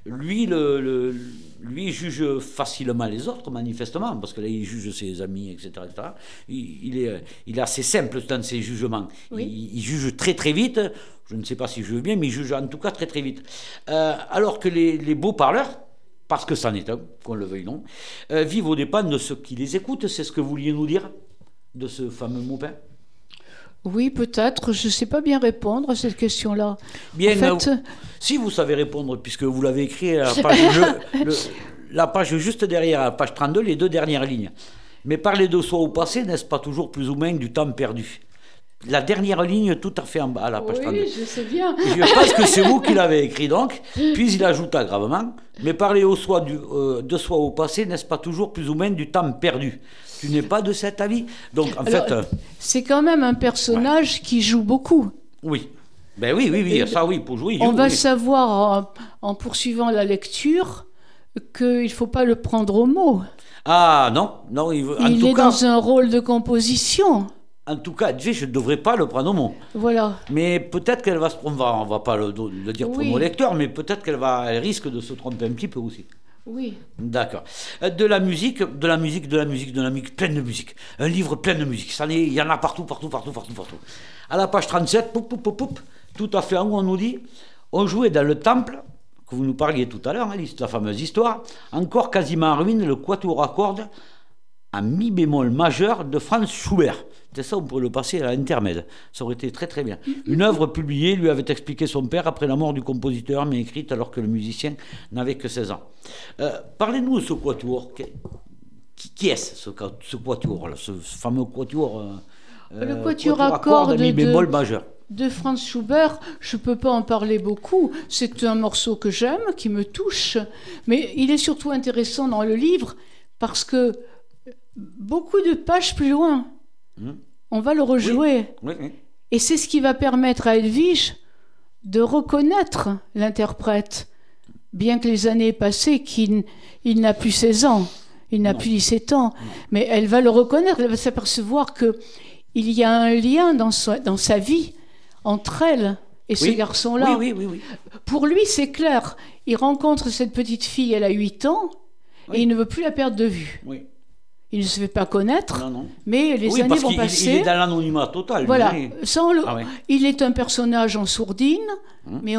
lui juge facilement les autres, manifestement, parce que là, il juge ses amis, etc., etc. Il est assez simple dans ses jugements. Oui. Il juge très, très vite. Je ne sais pas si je veux bien, mais il juge en tout cas très, très vite. Alors que les beaux parleurs, parce que c'en est un, qu'on le veuille non, vivent aux dépens de ceux qui les écoutent. C'est ce que vous vouliez nous dire de ce fameux Maupin? Oui, peut-être. Je ne sais pas bien répondre à cette question-là. Bien, En fait, si vous savez répondre, puisque vous l'avez écrit à la page, la page juste derrière, à la page 32, les 2 dernières lignes. Mais parler de soi au passé, n'est-ce pas toujours plus ou moins du temps perdu? La dernière ligne tout à fait en bas, à la page 32. oui, je sais bien. Je pense que c'est vous qui l'avez écrit donc. Puis il ajouta gravement, mais parler de soi au passé, n'est-ce pas toujours plus ou moins du temps perdu? Tu n'es pas de cet avis? Donc en Alors, fait... c'est quand même un personnage qui joue beaucoup. Oui. Ben oui, ça oui, pour jouer. On va oui. savoir en poursuivant la lecture qu'il ne faut pas le prendre au mot. Ah non, Il est dans un rôle de composition. En tout cas, je ne devrais pas le prendre au mot. Voilà. Mais peut-être qu'elle va se tromper, on va pas le dire pour nos lecteurs, mais peut-être elle risque de se tromper un petit peu aussi. Oui. D'accord. De la musique, plein de musique. Un livre plein de musique. Il y en a partout. À la page 37, tout à fait en haut, on nous dit, on jouait dans le temple, que vous nous parliez tout à l'heure, la fameuse histoire, encore quasiment en ruine, le quatuor à cordes à mi bémol majeur de Franz Schubert. C'est ça, on pourrait le passer à l'intermède. Ça aurait été très très bien. Une œuvre publiée lui avait expliqué son père après la mort du compositeur, mais écrite alors que le musicien n'avait que 16 ans. Parlez-nous de ce quatuor. Qui est-ce, ce quatuor, ce fameux quatuor? Le quatuor à cordes mi bémol majeur. De Franz Schubert, je ne peux pas en parler beaucoup. C'est un morceau que j'aime, qui me touche. Mais il est surtout intéressant dans le livre parce que beaucoup de pages plus loin, on va le rejouer. Oui. Et c'est ce qui va permettre à Edwige de reconnaître l'interprète. Bien que les années passées, il n'a plus 16 ans, il n'a plus 17 ans. Mais elle va le reconnaître, elle va s'apercevoir qu'il y a un lien dans sa vie entre elle et ce garçon-là. Oui. Pour lui, c'est clair. Il rencontre cette petite fille, elle a 8 ans, et il ne veut plus la perdre de vue. Oui. Il ne se fait pas connaître, non. mais les années vont passer. Il est dans l'anonymat total. Voilà. Ah ouais. Il est un personnage en sourdine, mais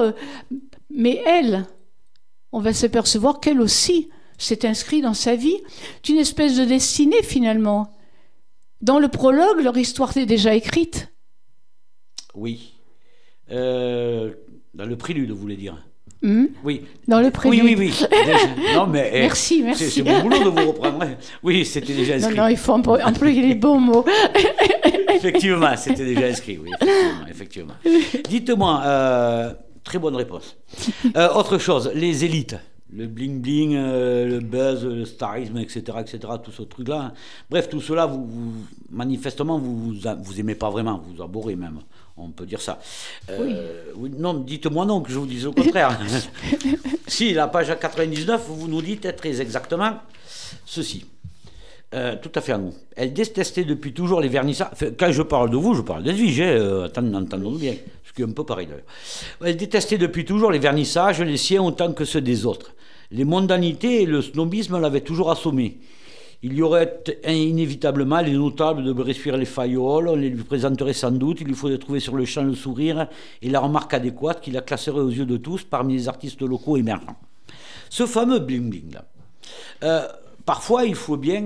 mais elle, on va s'apercevoir qu'elle aussi s'est inscrite dans sa vie. C'est une espèce de destinée finalement. Dans le prologue, leur histoire est déjà écrite. Oui. Dans le prélude, vous voulez dire? Oui. Dans le prélude. Oui. Non, mais, merci. C'est mon boulot de vous reprendre. Oui, c'était déjà inscrit. Non, il faut employer les bons mots. Effectivement, c'était déjà inscrit. Oui, effectivement. Dites-moi, très bonne réponse. Autre chose, les élites. Le bling-bling, le buzz, le starisme, etc., tout ce truc-là. Bref, tout cela, manifestement, vous aimez pas vraiment, vous abhorrez même. On peut dire ça. Oui, non, dites-moi non, que je vous dise au contraire. Si, la page 99, vous nous dites très exactement ceci. Tout à fait à nous. Elle détestait depuis toujours les vernissages. Enfin, quand je parle de vous, je parle d'Edwige, entendons-nous bien. Ce qui est un peu pareil d'ailleurs. Elle détestait depuis toujours les vernissages, les siens autant que ceux des autres. Les mondanités et le snobisme l'avaient toujours assommée. Il y aurait inévitablement les notables de bressuire les fayoles, on les lui présenterait sans doute, il lui faudrait trouver sur le champ le sourire et la remarque adéquate qui la classerait aux yeux de tous parmi les artistes locaux émergents. Ce fameux bling-bling là, parfois il faut bien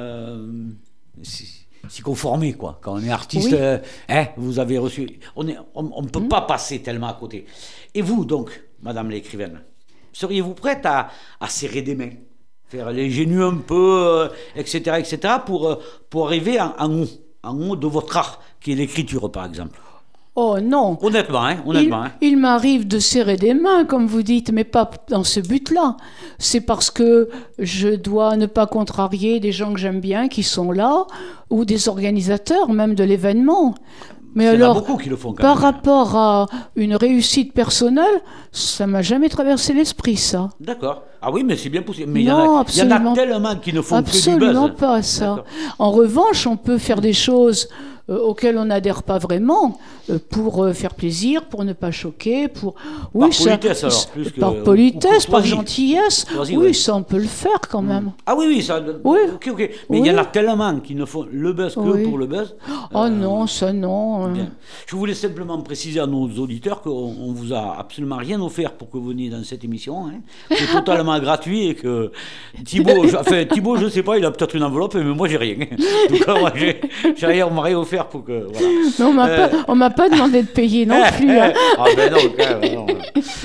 s'y conformer, quoi. Quand on est artiste, vous avez reçu... On ne peut pas passer tellement à côté. Et vous donc, madame l'écrivaine, seriez-vous prête à serrer des mains, faire l'ingénu un peu, etc., pour arriver en haut de votre art, qui est l'écriture, par exemple? Oh non. Honnêtement, hein, honnêtement. Il m'arrive de serrer des mains, comme vous dites, mais pas dans ce but-là. C'est parce que je dois ne pas contrarier des gens que j'aime bien qui sont là, ou des organisateurs même de l'événement. Mais Il y en a alors, beaucoup qui le font quand par même. rapport à une réussite personnelle, ça m'a jamais traversé l'esprit, ça. D'accord. Ah oui, mais c'est bien possible. Mais Non, il y en a absolument. tellement qui ne font que du buzz. Absolument pas, ça. D'accord. En revanche, on peut faire des choses auxquelles on n'adhère pas vraiment, pour faire plaisir, pour ne pas choquer, pour... Par politesse, alors, plus que... Par politesse, ou par courtoisie. gentillesse. Courtoisie, Oui, ouais. ça, on peut le faire quand même. Ah oui, ça... Oui. Ok. Mais il y en a Oui. tellement qui ne font le buzz que Oui. pour le buzz. Oh non, ça non. Bien. Je voulais simplement préciser à nos auditeurs qu'on ne vous a absolument rien offert pour que vous veniez dans cette émission. Hein. C'est totalement gratuit et que Thibaut, je ne sais pas, il a peut-être une enveloppe, mais moi, j'ai rien. En tout cas, moi, j'ai rien, on m'a rien offert pour que... Voilà. Non, on m'a pas demandé de payer non plus. Hein. Ah ben non, quand même, non.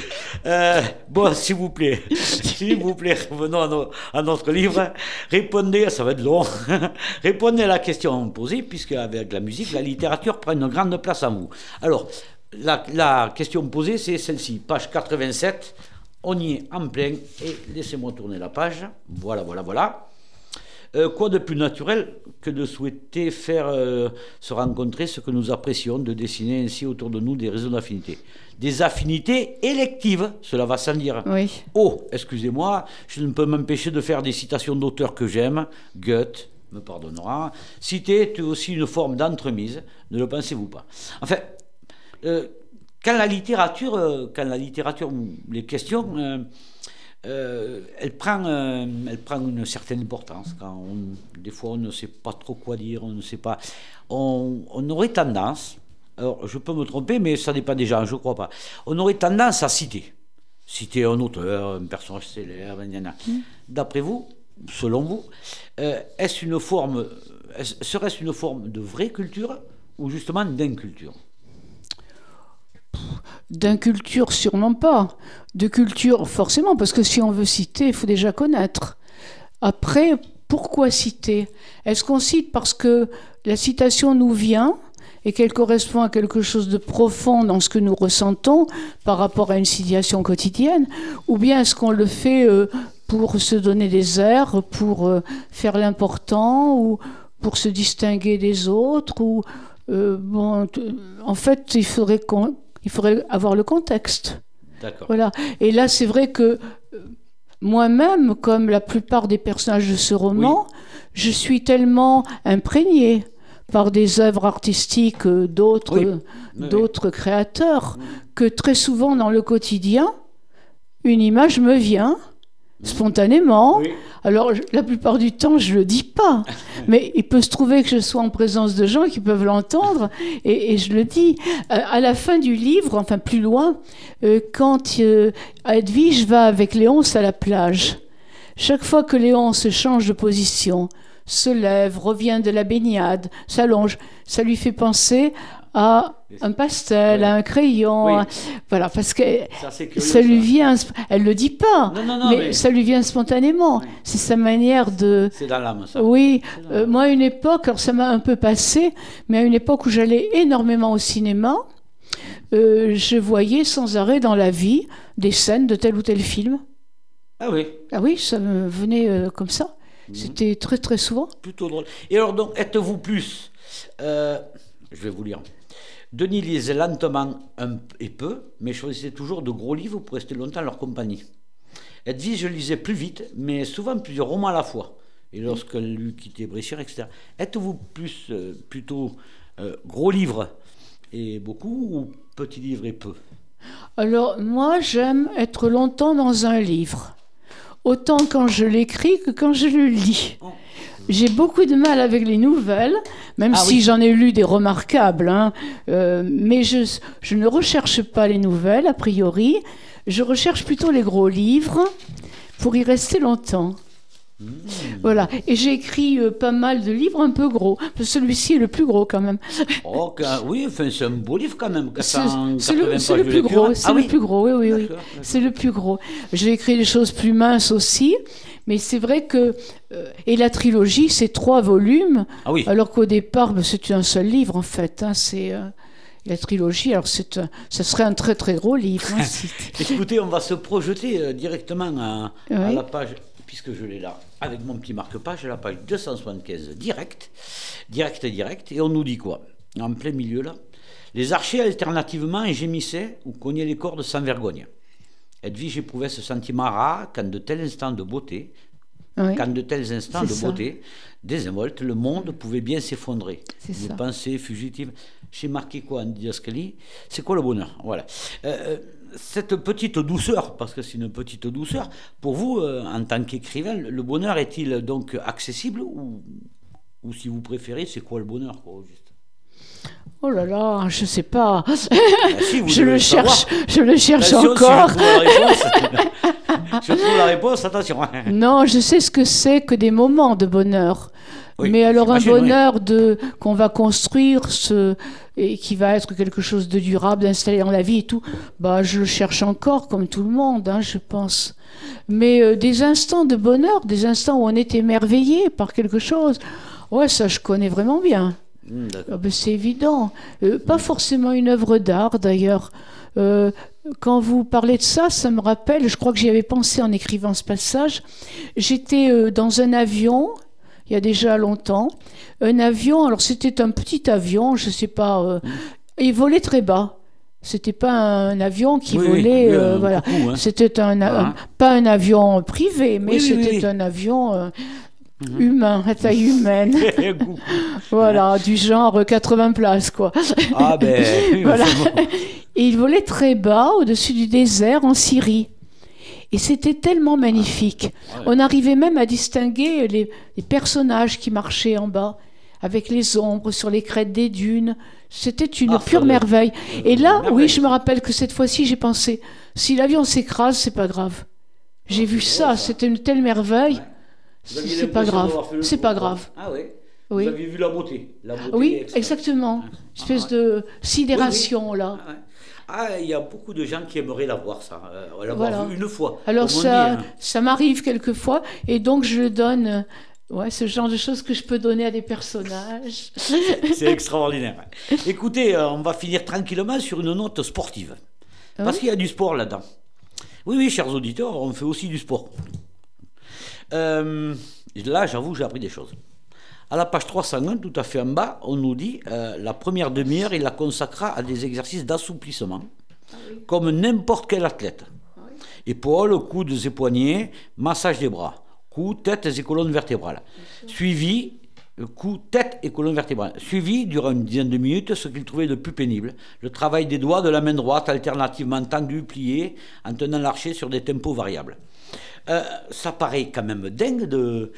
Bon, s'il vous plaît, revenons à notre livre. Répondez, ça va être long, répondez à la question posée, puisque avec la musique, la littérature prend une grande place en vous. Alors, la question posée, c'est celle-ci, page 87, on y est en plein, et laissez-moi tourner la page, voilà. Quoi de plus naturel que de souhaiter faire se rencontrer ce que nous apprécions, de dessiner ainsi autour de nous des réseaux d'affinités. Des affinités électives, cela va sans dire. Oui. Oh, excusez-moi, je ne peux m'empêcher de faire des citations d'auteurs que j'aime. Goethe me pardonnera. Citer est aussi une forme d'entremise, ne le pensez-vous pas? Enfin, quand la littérature, les questions... elle prend une certaine importance. Des fois, on ne sait pas trop quoi dire, on ne sait pas. On aurait tendance, alors je peux me tromper, mais ça dépend des gens, je ne crois pas. On aurait tendance à citer un auteur, un personnage célèbre, D'après vous, selon vous, serait-ce une forme de vraie culture ou justement d'inculture? D'inculture, sûrement pas. De culture, forcément, parce que si on veut citer, il faut déjà connaître. Après, pourquoi citer? Est-ce qu'on cite parce que la citation nous vient et qu'elle correspond à quelque chose de profond dans ce que nous ressentons par rapport à une situation quotidienne? Ou bien est-ce qu'on le fait pour se donner des airs, pour faire l'important, ou pour se distinguer des autres, ou en fait, il faudrait avoir le contexte. D'accord. Voilà. Et là, c'est vrai que moi-même, comme la plupart des personnages de ce roman, oui, je suis tellement imprégnée par des œuvres artistiques d'autres créateurs, que très souvent dans le quotidien, une image me vient spontanément. Oui. Alors, la plupart du temps, je ne le dis pas. Mais il peut se trouver que je sois en présence de gens qui peuvent l'entendre, et je le dis. À la fin du livre, enfin plus loin, quand Edwige va avec Léonce à la plage, chaque fois que Léonce change de position, se lève, revient de la baignade, s'allonge, ça lui fait penser à un pastel, à un crayon, voilà, parce que ça lui vient, elle le dit pas, mais ça lui vient spontanément. C'est sa manière de... C'est dans l'âme, ça. Oui, moi à une époque, alors ça m'a un peu passé, mais à une époque où j'allais énormément au cinéma, je voyais sans arrêt dans la vie des scènes de tel ou tel film. Ah oui. Ah oui, ça me venait comme ça. C'était très très souvent. Plutôt drôle. Et alors donc, êtes-vous plus... je vais vous lire. Denis lisait lentement et peu, mais choisissait toujours de gros livres pour rester longtemps en leur compagnie. Edwige lisait plus vite, mais souvent plusieurs romans à la fois. Et lorsqu'elle lui quittait Bréchir, etc. Êtes-vous plus plutôt gros livres et beaucoup ou petits livres et peu? Alors, moi, j'aime être longtemps dans un livre. Autant quand je l'écris que quand je le lis. J'ai beaucoup de mal avec les nouvelles, même si j'en ai lu des remarquables, mais je ne recherche pas les nouvelles, a priori. Je recherche plutôt les gros livres pour y rester longtemps. Voilà. Et j'ai écrit pas mal de livres un peu gros. Celui-ci est le plus gros quand même. Oh, oui, enfin, c'est un beau livre quand même. C'est le plus gros. C'est le plus gros, oui. D'accord. C'est le plus gros. J'ai écrit des choses plus minces aussi. Mais c'est vrai que... et la trilogie, c'est 3 volumes. Alors qu'au départ, c'est un seul livre, en fait. La trilogie, alors ça serait un très très gros livre. Hein, Écoutez, on va se projeter directement à Oui. la page, puisque je l'ai là, avec mon petit marque-page, la page 275, direct, et on nous dit quoi? En plein milieu là. Les archers alternativement gémissaient ou cognaient les cordes sans vergogne. Edwige éprouvait ce sentiment rare quand de tels instants de beauté, Oui. désinvolte, le monde pouvait bien s'effondrer. C'est Les ça. pensées fugitives. J'ai marqué quoi en didascalie? C'est quoi le bonheur? Voilà. Cette petite douceur, parce que c'est une petite douceur, pour vous, en tant qu'écrivain, le bonheur est-il donc accessible ou si vous préférez, c'est quoi le bonheur quoi, au juste? Oh là là, je sais pas. Si, vous je devez le savoir. cherche, je le cherche Attention, encore. Si je trouve la réponse, attention. Non, je sais ce que c'est que des moments de bonheur. Oui, Mais alors un j'imagine, bonheur qu'on va construire et qui va être quelque chose de durable, d'installé dans la vie et tout, bah je le cherche encore comme tout le monde, hein, je pense. Mais des instants de bonheur, des instants où on est émerveillé par quelque chose, ouais, ça je connais vraiment bien. D'accord. Ah ben, c'est évident. Pas forcément une œuvre d'art d'ailleurs. Quand vous parlez de ça, ça me rappelle, je crois que j'y avais pensé en écrivant ce passage. J'étais dans un avion, il y a déjà longtemps. Un avion, alors c'était un petit avion, je ne sais pas, il volait très bas. C'était pas un avion qui volait, voilà. Coucou, hein. C'était pas un avion privé, mais c'était oui. un avion humain, à taille humaine. Coucou. Voilà, du genre 80 places, quoi. Ah ben, oui, Voilà. c'est bon. Et il volait très bas au-dessus du désert en Syrie. Et c'était tellement magnifique. Ouais. On arrivait même à distinguer les personnages qui marchaient en bas, avec les ombres sur les crêtes des dunes. C'était une pure merveille. Et là, oui, je me rappelle que cette fois-ci, j'ai pensé, si l'avion s'écrase, c'est pas grave. J'ai vu ça, c'était une telle merveille. Ouais. Vous aviez C'est pas l'impression grave. d'avoir fait le C'est tour, pas quoi. grave. Ah oui. Oui. Vous aviez vu la beauté. La beauté Oui, extrême. exactement. Une espèce de sidération, là. Ah, ouais. Ah, il y a beaucoup de gens qui aimeraient la voir, ça. L'avoir Voilà. vu une fois. Alors comme on ça, dit, hein. ça m'arrive quelquefois, et donc je donne ce genre de choses que je peux donner à des personnages. C'est extraordinaire. Écoutez, on va finir tranquillement sur une note sportive. Parce Oui. qu'il y a du sport là-dedans. Oui, chers auditeurs, on fait aussi du sport. Là, j'avoue, j'ai appris des choses. À la page 301, tout à fait en bas, on nous dit la première demi-heure, il la consacra à des exercices d'assouplissement, comme n'importe quel athlète. Épaules, coudes et poignets, massage des bras, cou, tête et colonne vertébrale. Suivi, cou, tête et colonne vertébrale. Suivi, durant une dizaine de minutes, ce qu'il trouvait de plus pénible, le travail des doigts de la main droite, alternativement tendu, plié, en tenant l'archet sur des tempos variables. Ça paraît quand même dingue de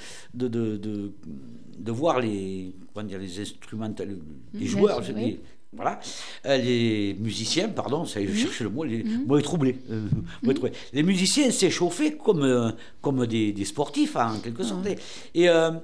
voir les instrumentalistes, les joueurs, oui. les musiciens, pardon, ça, je cherche le mot, mot est troublé. Les musiciens s'échauffaient comme des sportifs, hein, en quelque sorte. Et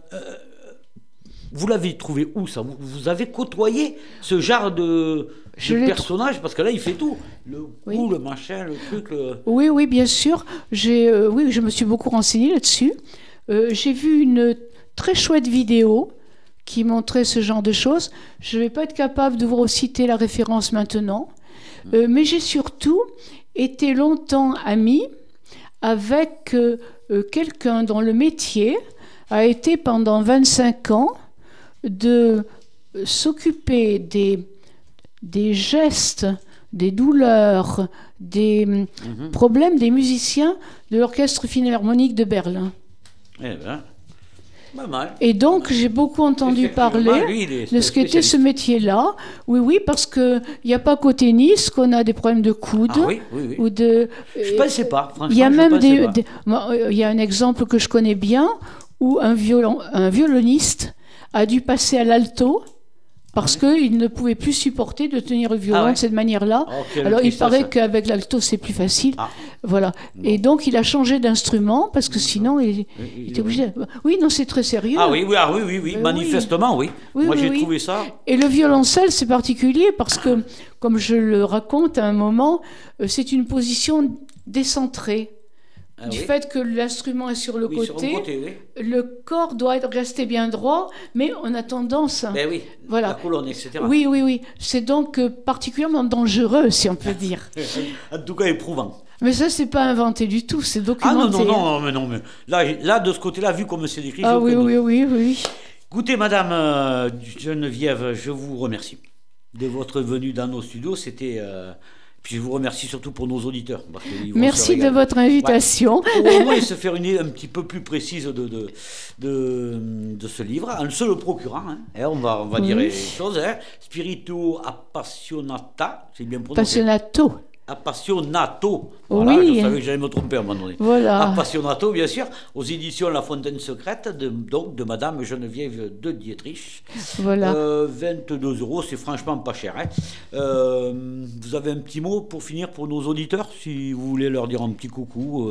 vous l'avez trouvé où ça? Vous avez côtoyé ce genre de personnage? Parce que là, il fait tout. Le coup, le machin, le truc. Oui, bien sûr. Je me suis beaucoup renseignée là-dessus. J'ai vu une très chouette vidéo qui montrait ce genre de choses. Je ne vais pas être capable de vous reciter la référence maintenant. Mais j'ai surtout été longtemps amie avec quelqu'un dont le métier a été pendant 25 ans de s'occuper des gestes, des douleurs, des problèmes des musiciens de l'Orchestre Philharmonique de Berlin. Eh bien, pas mal. Et donc, j'ai beaucoup entendu parler de ce qu'était ce métier-là. Oui, parce qu'il n'y a pas qu'au tennis qu'on a des problèmes de coude. Ah oui. Ou de, je ne pensais pas, franchement. Il y a même il y a un exemple que je connais bien où un violoniste a dû passer à l'alto parce qu'il ne pouvait plus supporter de tenir le violon de cette manière-là. Alors, il paraît qu'avec l'alto, c'est plus facile. Voilà. Bon. Et donc, il a changé d'instrument parce que sinon, il était obligé. Oui, non, c'est très sérieux. Oui, manifestement, oui. Moi, j'ai trouvé ça. Et le violoncelle, c'est particulier parce que, comme je le raconte à un moment, c'est une position décentrée. du fait que l'instrument est sur le côté, sur le côté, oui. le corps doit rester bien droit, mais on a tendance... Ben oui, voilà. la colonne, etc. Oui. C'est donc particulièrement dangereux, si on peut dire. En tout cas, éprouvant. Mais ça, c'est pas inventé du tout, c'est documenté. Mais là, de ce côté-là, vu comme c'est décrit... Ah oui. Écoutez, Madame Geneviève, je vous remercie de votre venue dans nos studios. C'était... Puis je vous remercie surtout pour nos auditeurs. Parce merci de votre invitation. Ouais. Au moins se faire une idée un petit peu plus précise de ce livre, en se le procurant. Hein. On va dire les choses. Hein. Spirito Appassionata, c'est bien prononcé. Appassionato. Voilà, oui. Je savais que j'allais me tromper à un moment donné. Voilà. Appassionato, bien sûr, aux éditions La Fontaine Secrète, de Madame Geneviève de Dietrich. Voilà. 22 €, c'est franchement pas cher. Hein. Vous avez un petit mot pour finir pour nos auditeurs, si vous voulez leur dire un petit coucou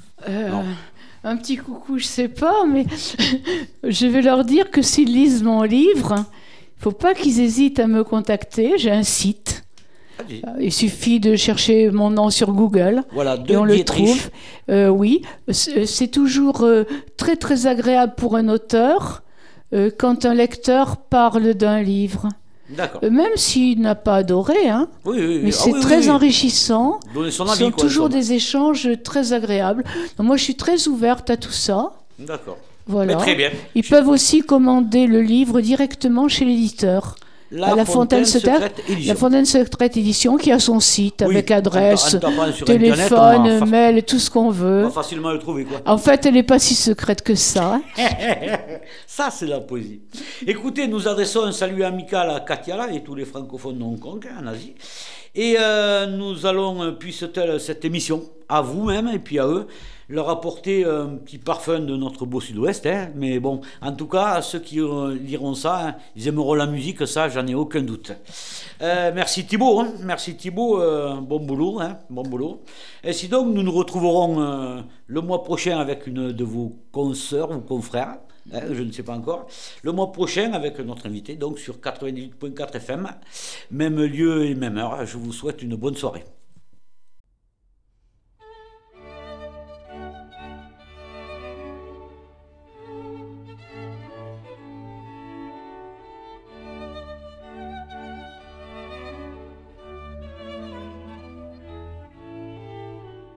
un petit coucou, je sais pas, mais je vais leur dire que s'ils lisent mon livre, il faut pas qu'ils hésitent à me contacter. J'ai un site. Il suffit de chercher mon nom sur Google, voilà, et on le trouve. Oui, c'est toujours très très agréable pour un auteur quand un lecteur parle d'un livre. D'accord. Même s'il n'a pas adoré, hein. Oui. Mais c'est très enrichissant. Donner son Ce avis, sont toujours des échanges très agréables. Donc moi, je suis très ouverte à tout ça. D'accord. Voilà. Mais très bien. Ils peuvent aussi commander le livre directement chez l'éditeur. La Fontaine Secrète Édition. La Fontaine Secrète Édition qui a son site avec adresse, téléphone, Internet, mail, tout ce qu'on veut. On va facilement le trouver, quoi. En fait, elle n'est pas si secrète que ça. Ça, c'est la poésie. Écoutez, nous adressons un salut amical à Katia et tous les francophones de Hong Kong, en Asie. Et nous allons, puisse-t-elle cette émission, à vous-même et puis à eux, leur apporter un petit parfum de notre beau sud-ouest. Hein. Mais bon, en tout cas, ceux qui liront ça, hein, ils aimeront la musique, ça, j'en ai aucun doute. Merci Thibaut, hein. Merci Thibaut, bon boulot, hein, bon boulot. Et si donc, nous nous retrouverons le mois prochain avec une de vos consoeurs ou confrères, hein, je ne sais pas encore, le mois prochain avec notre invité, donc sur 98.4 FM, même lieu et même heure. Je vous souhaite une bonne soirée.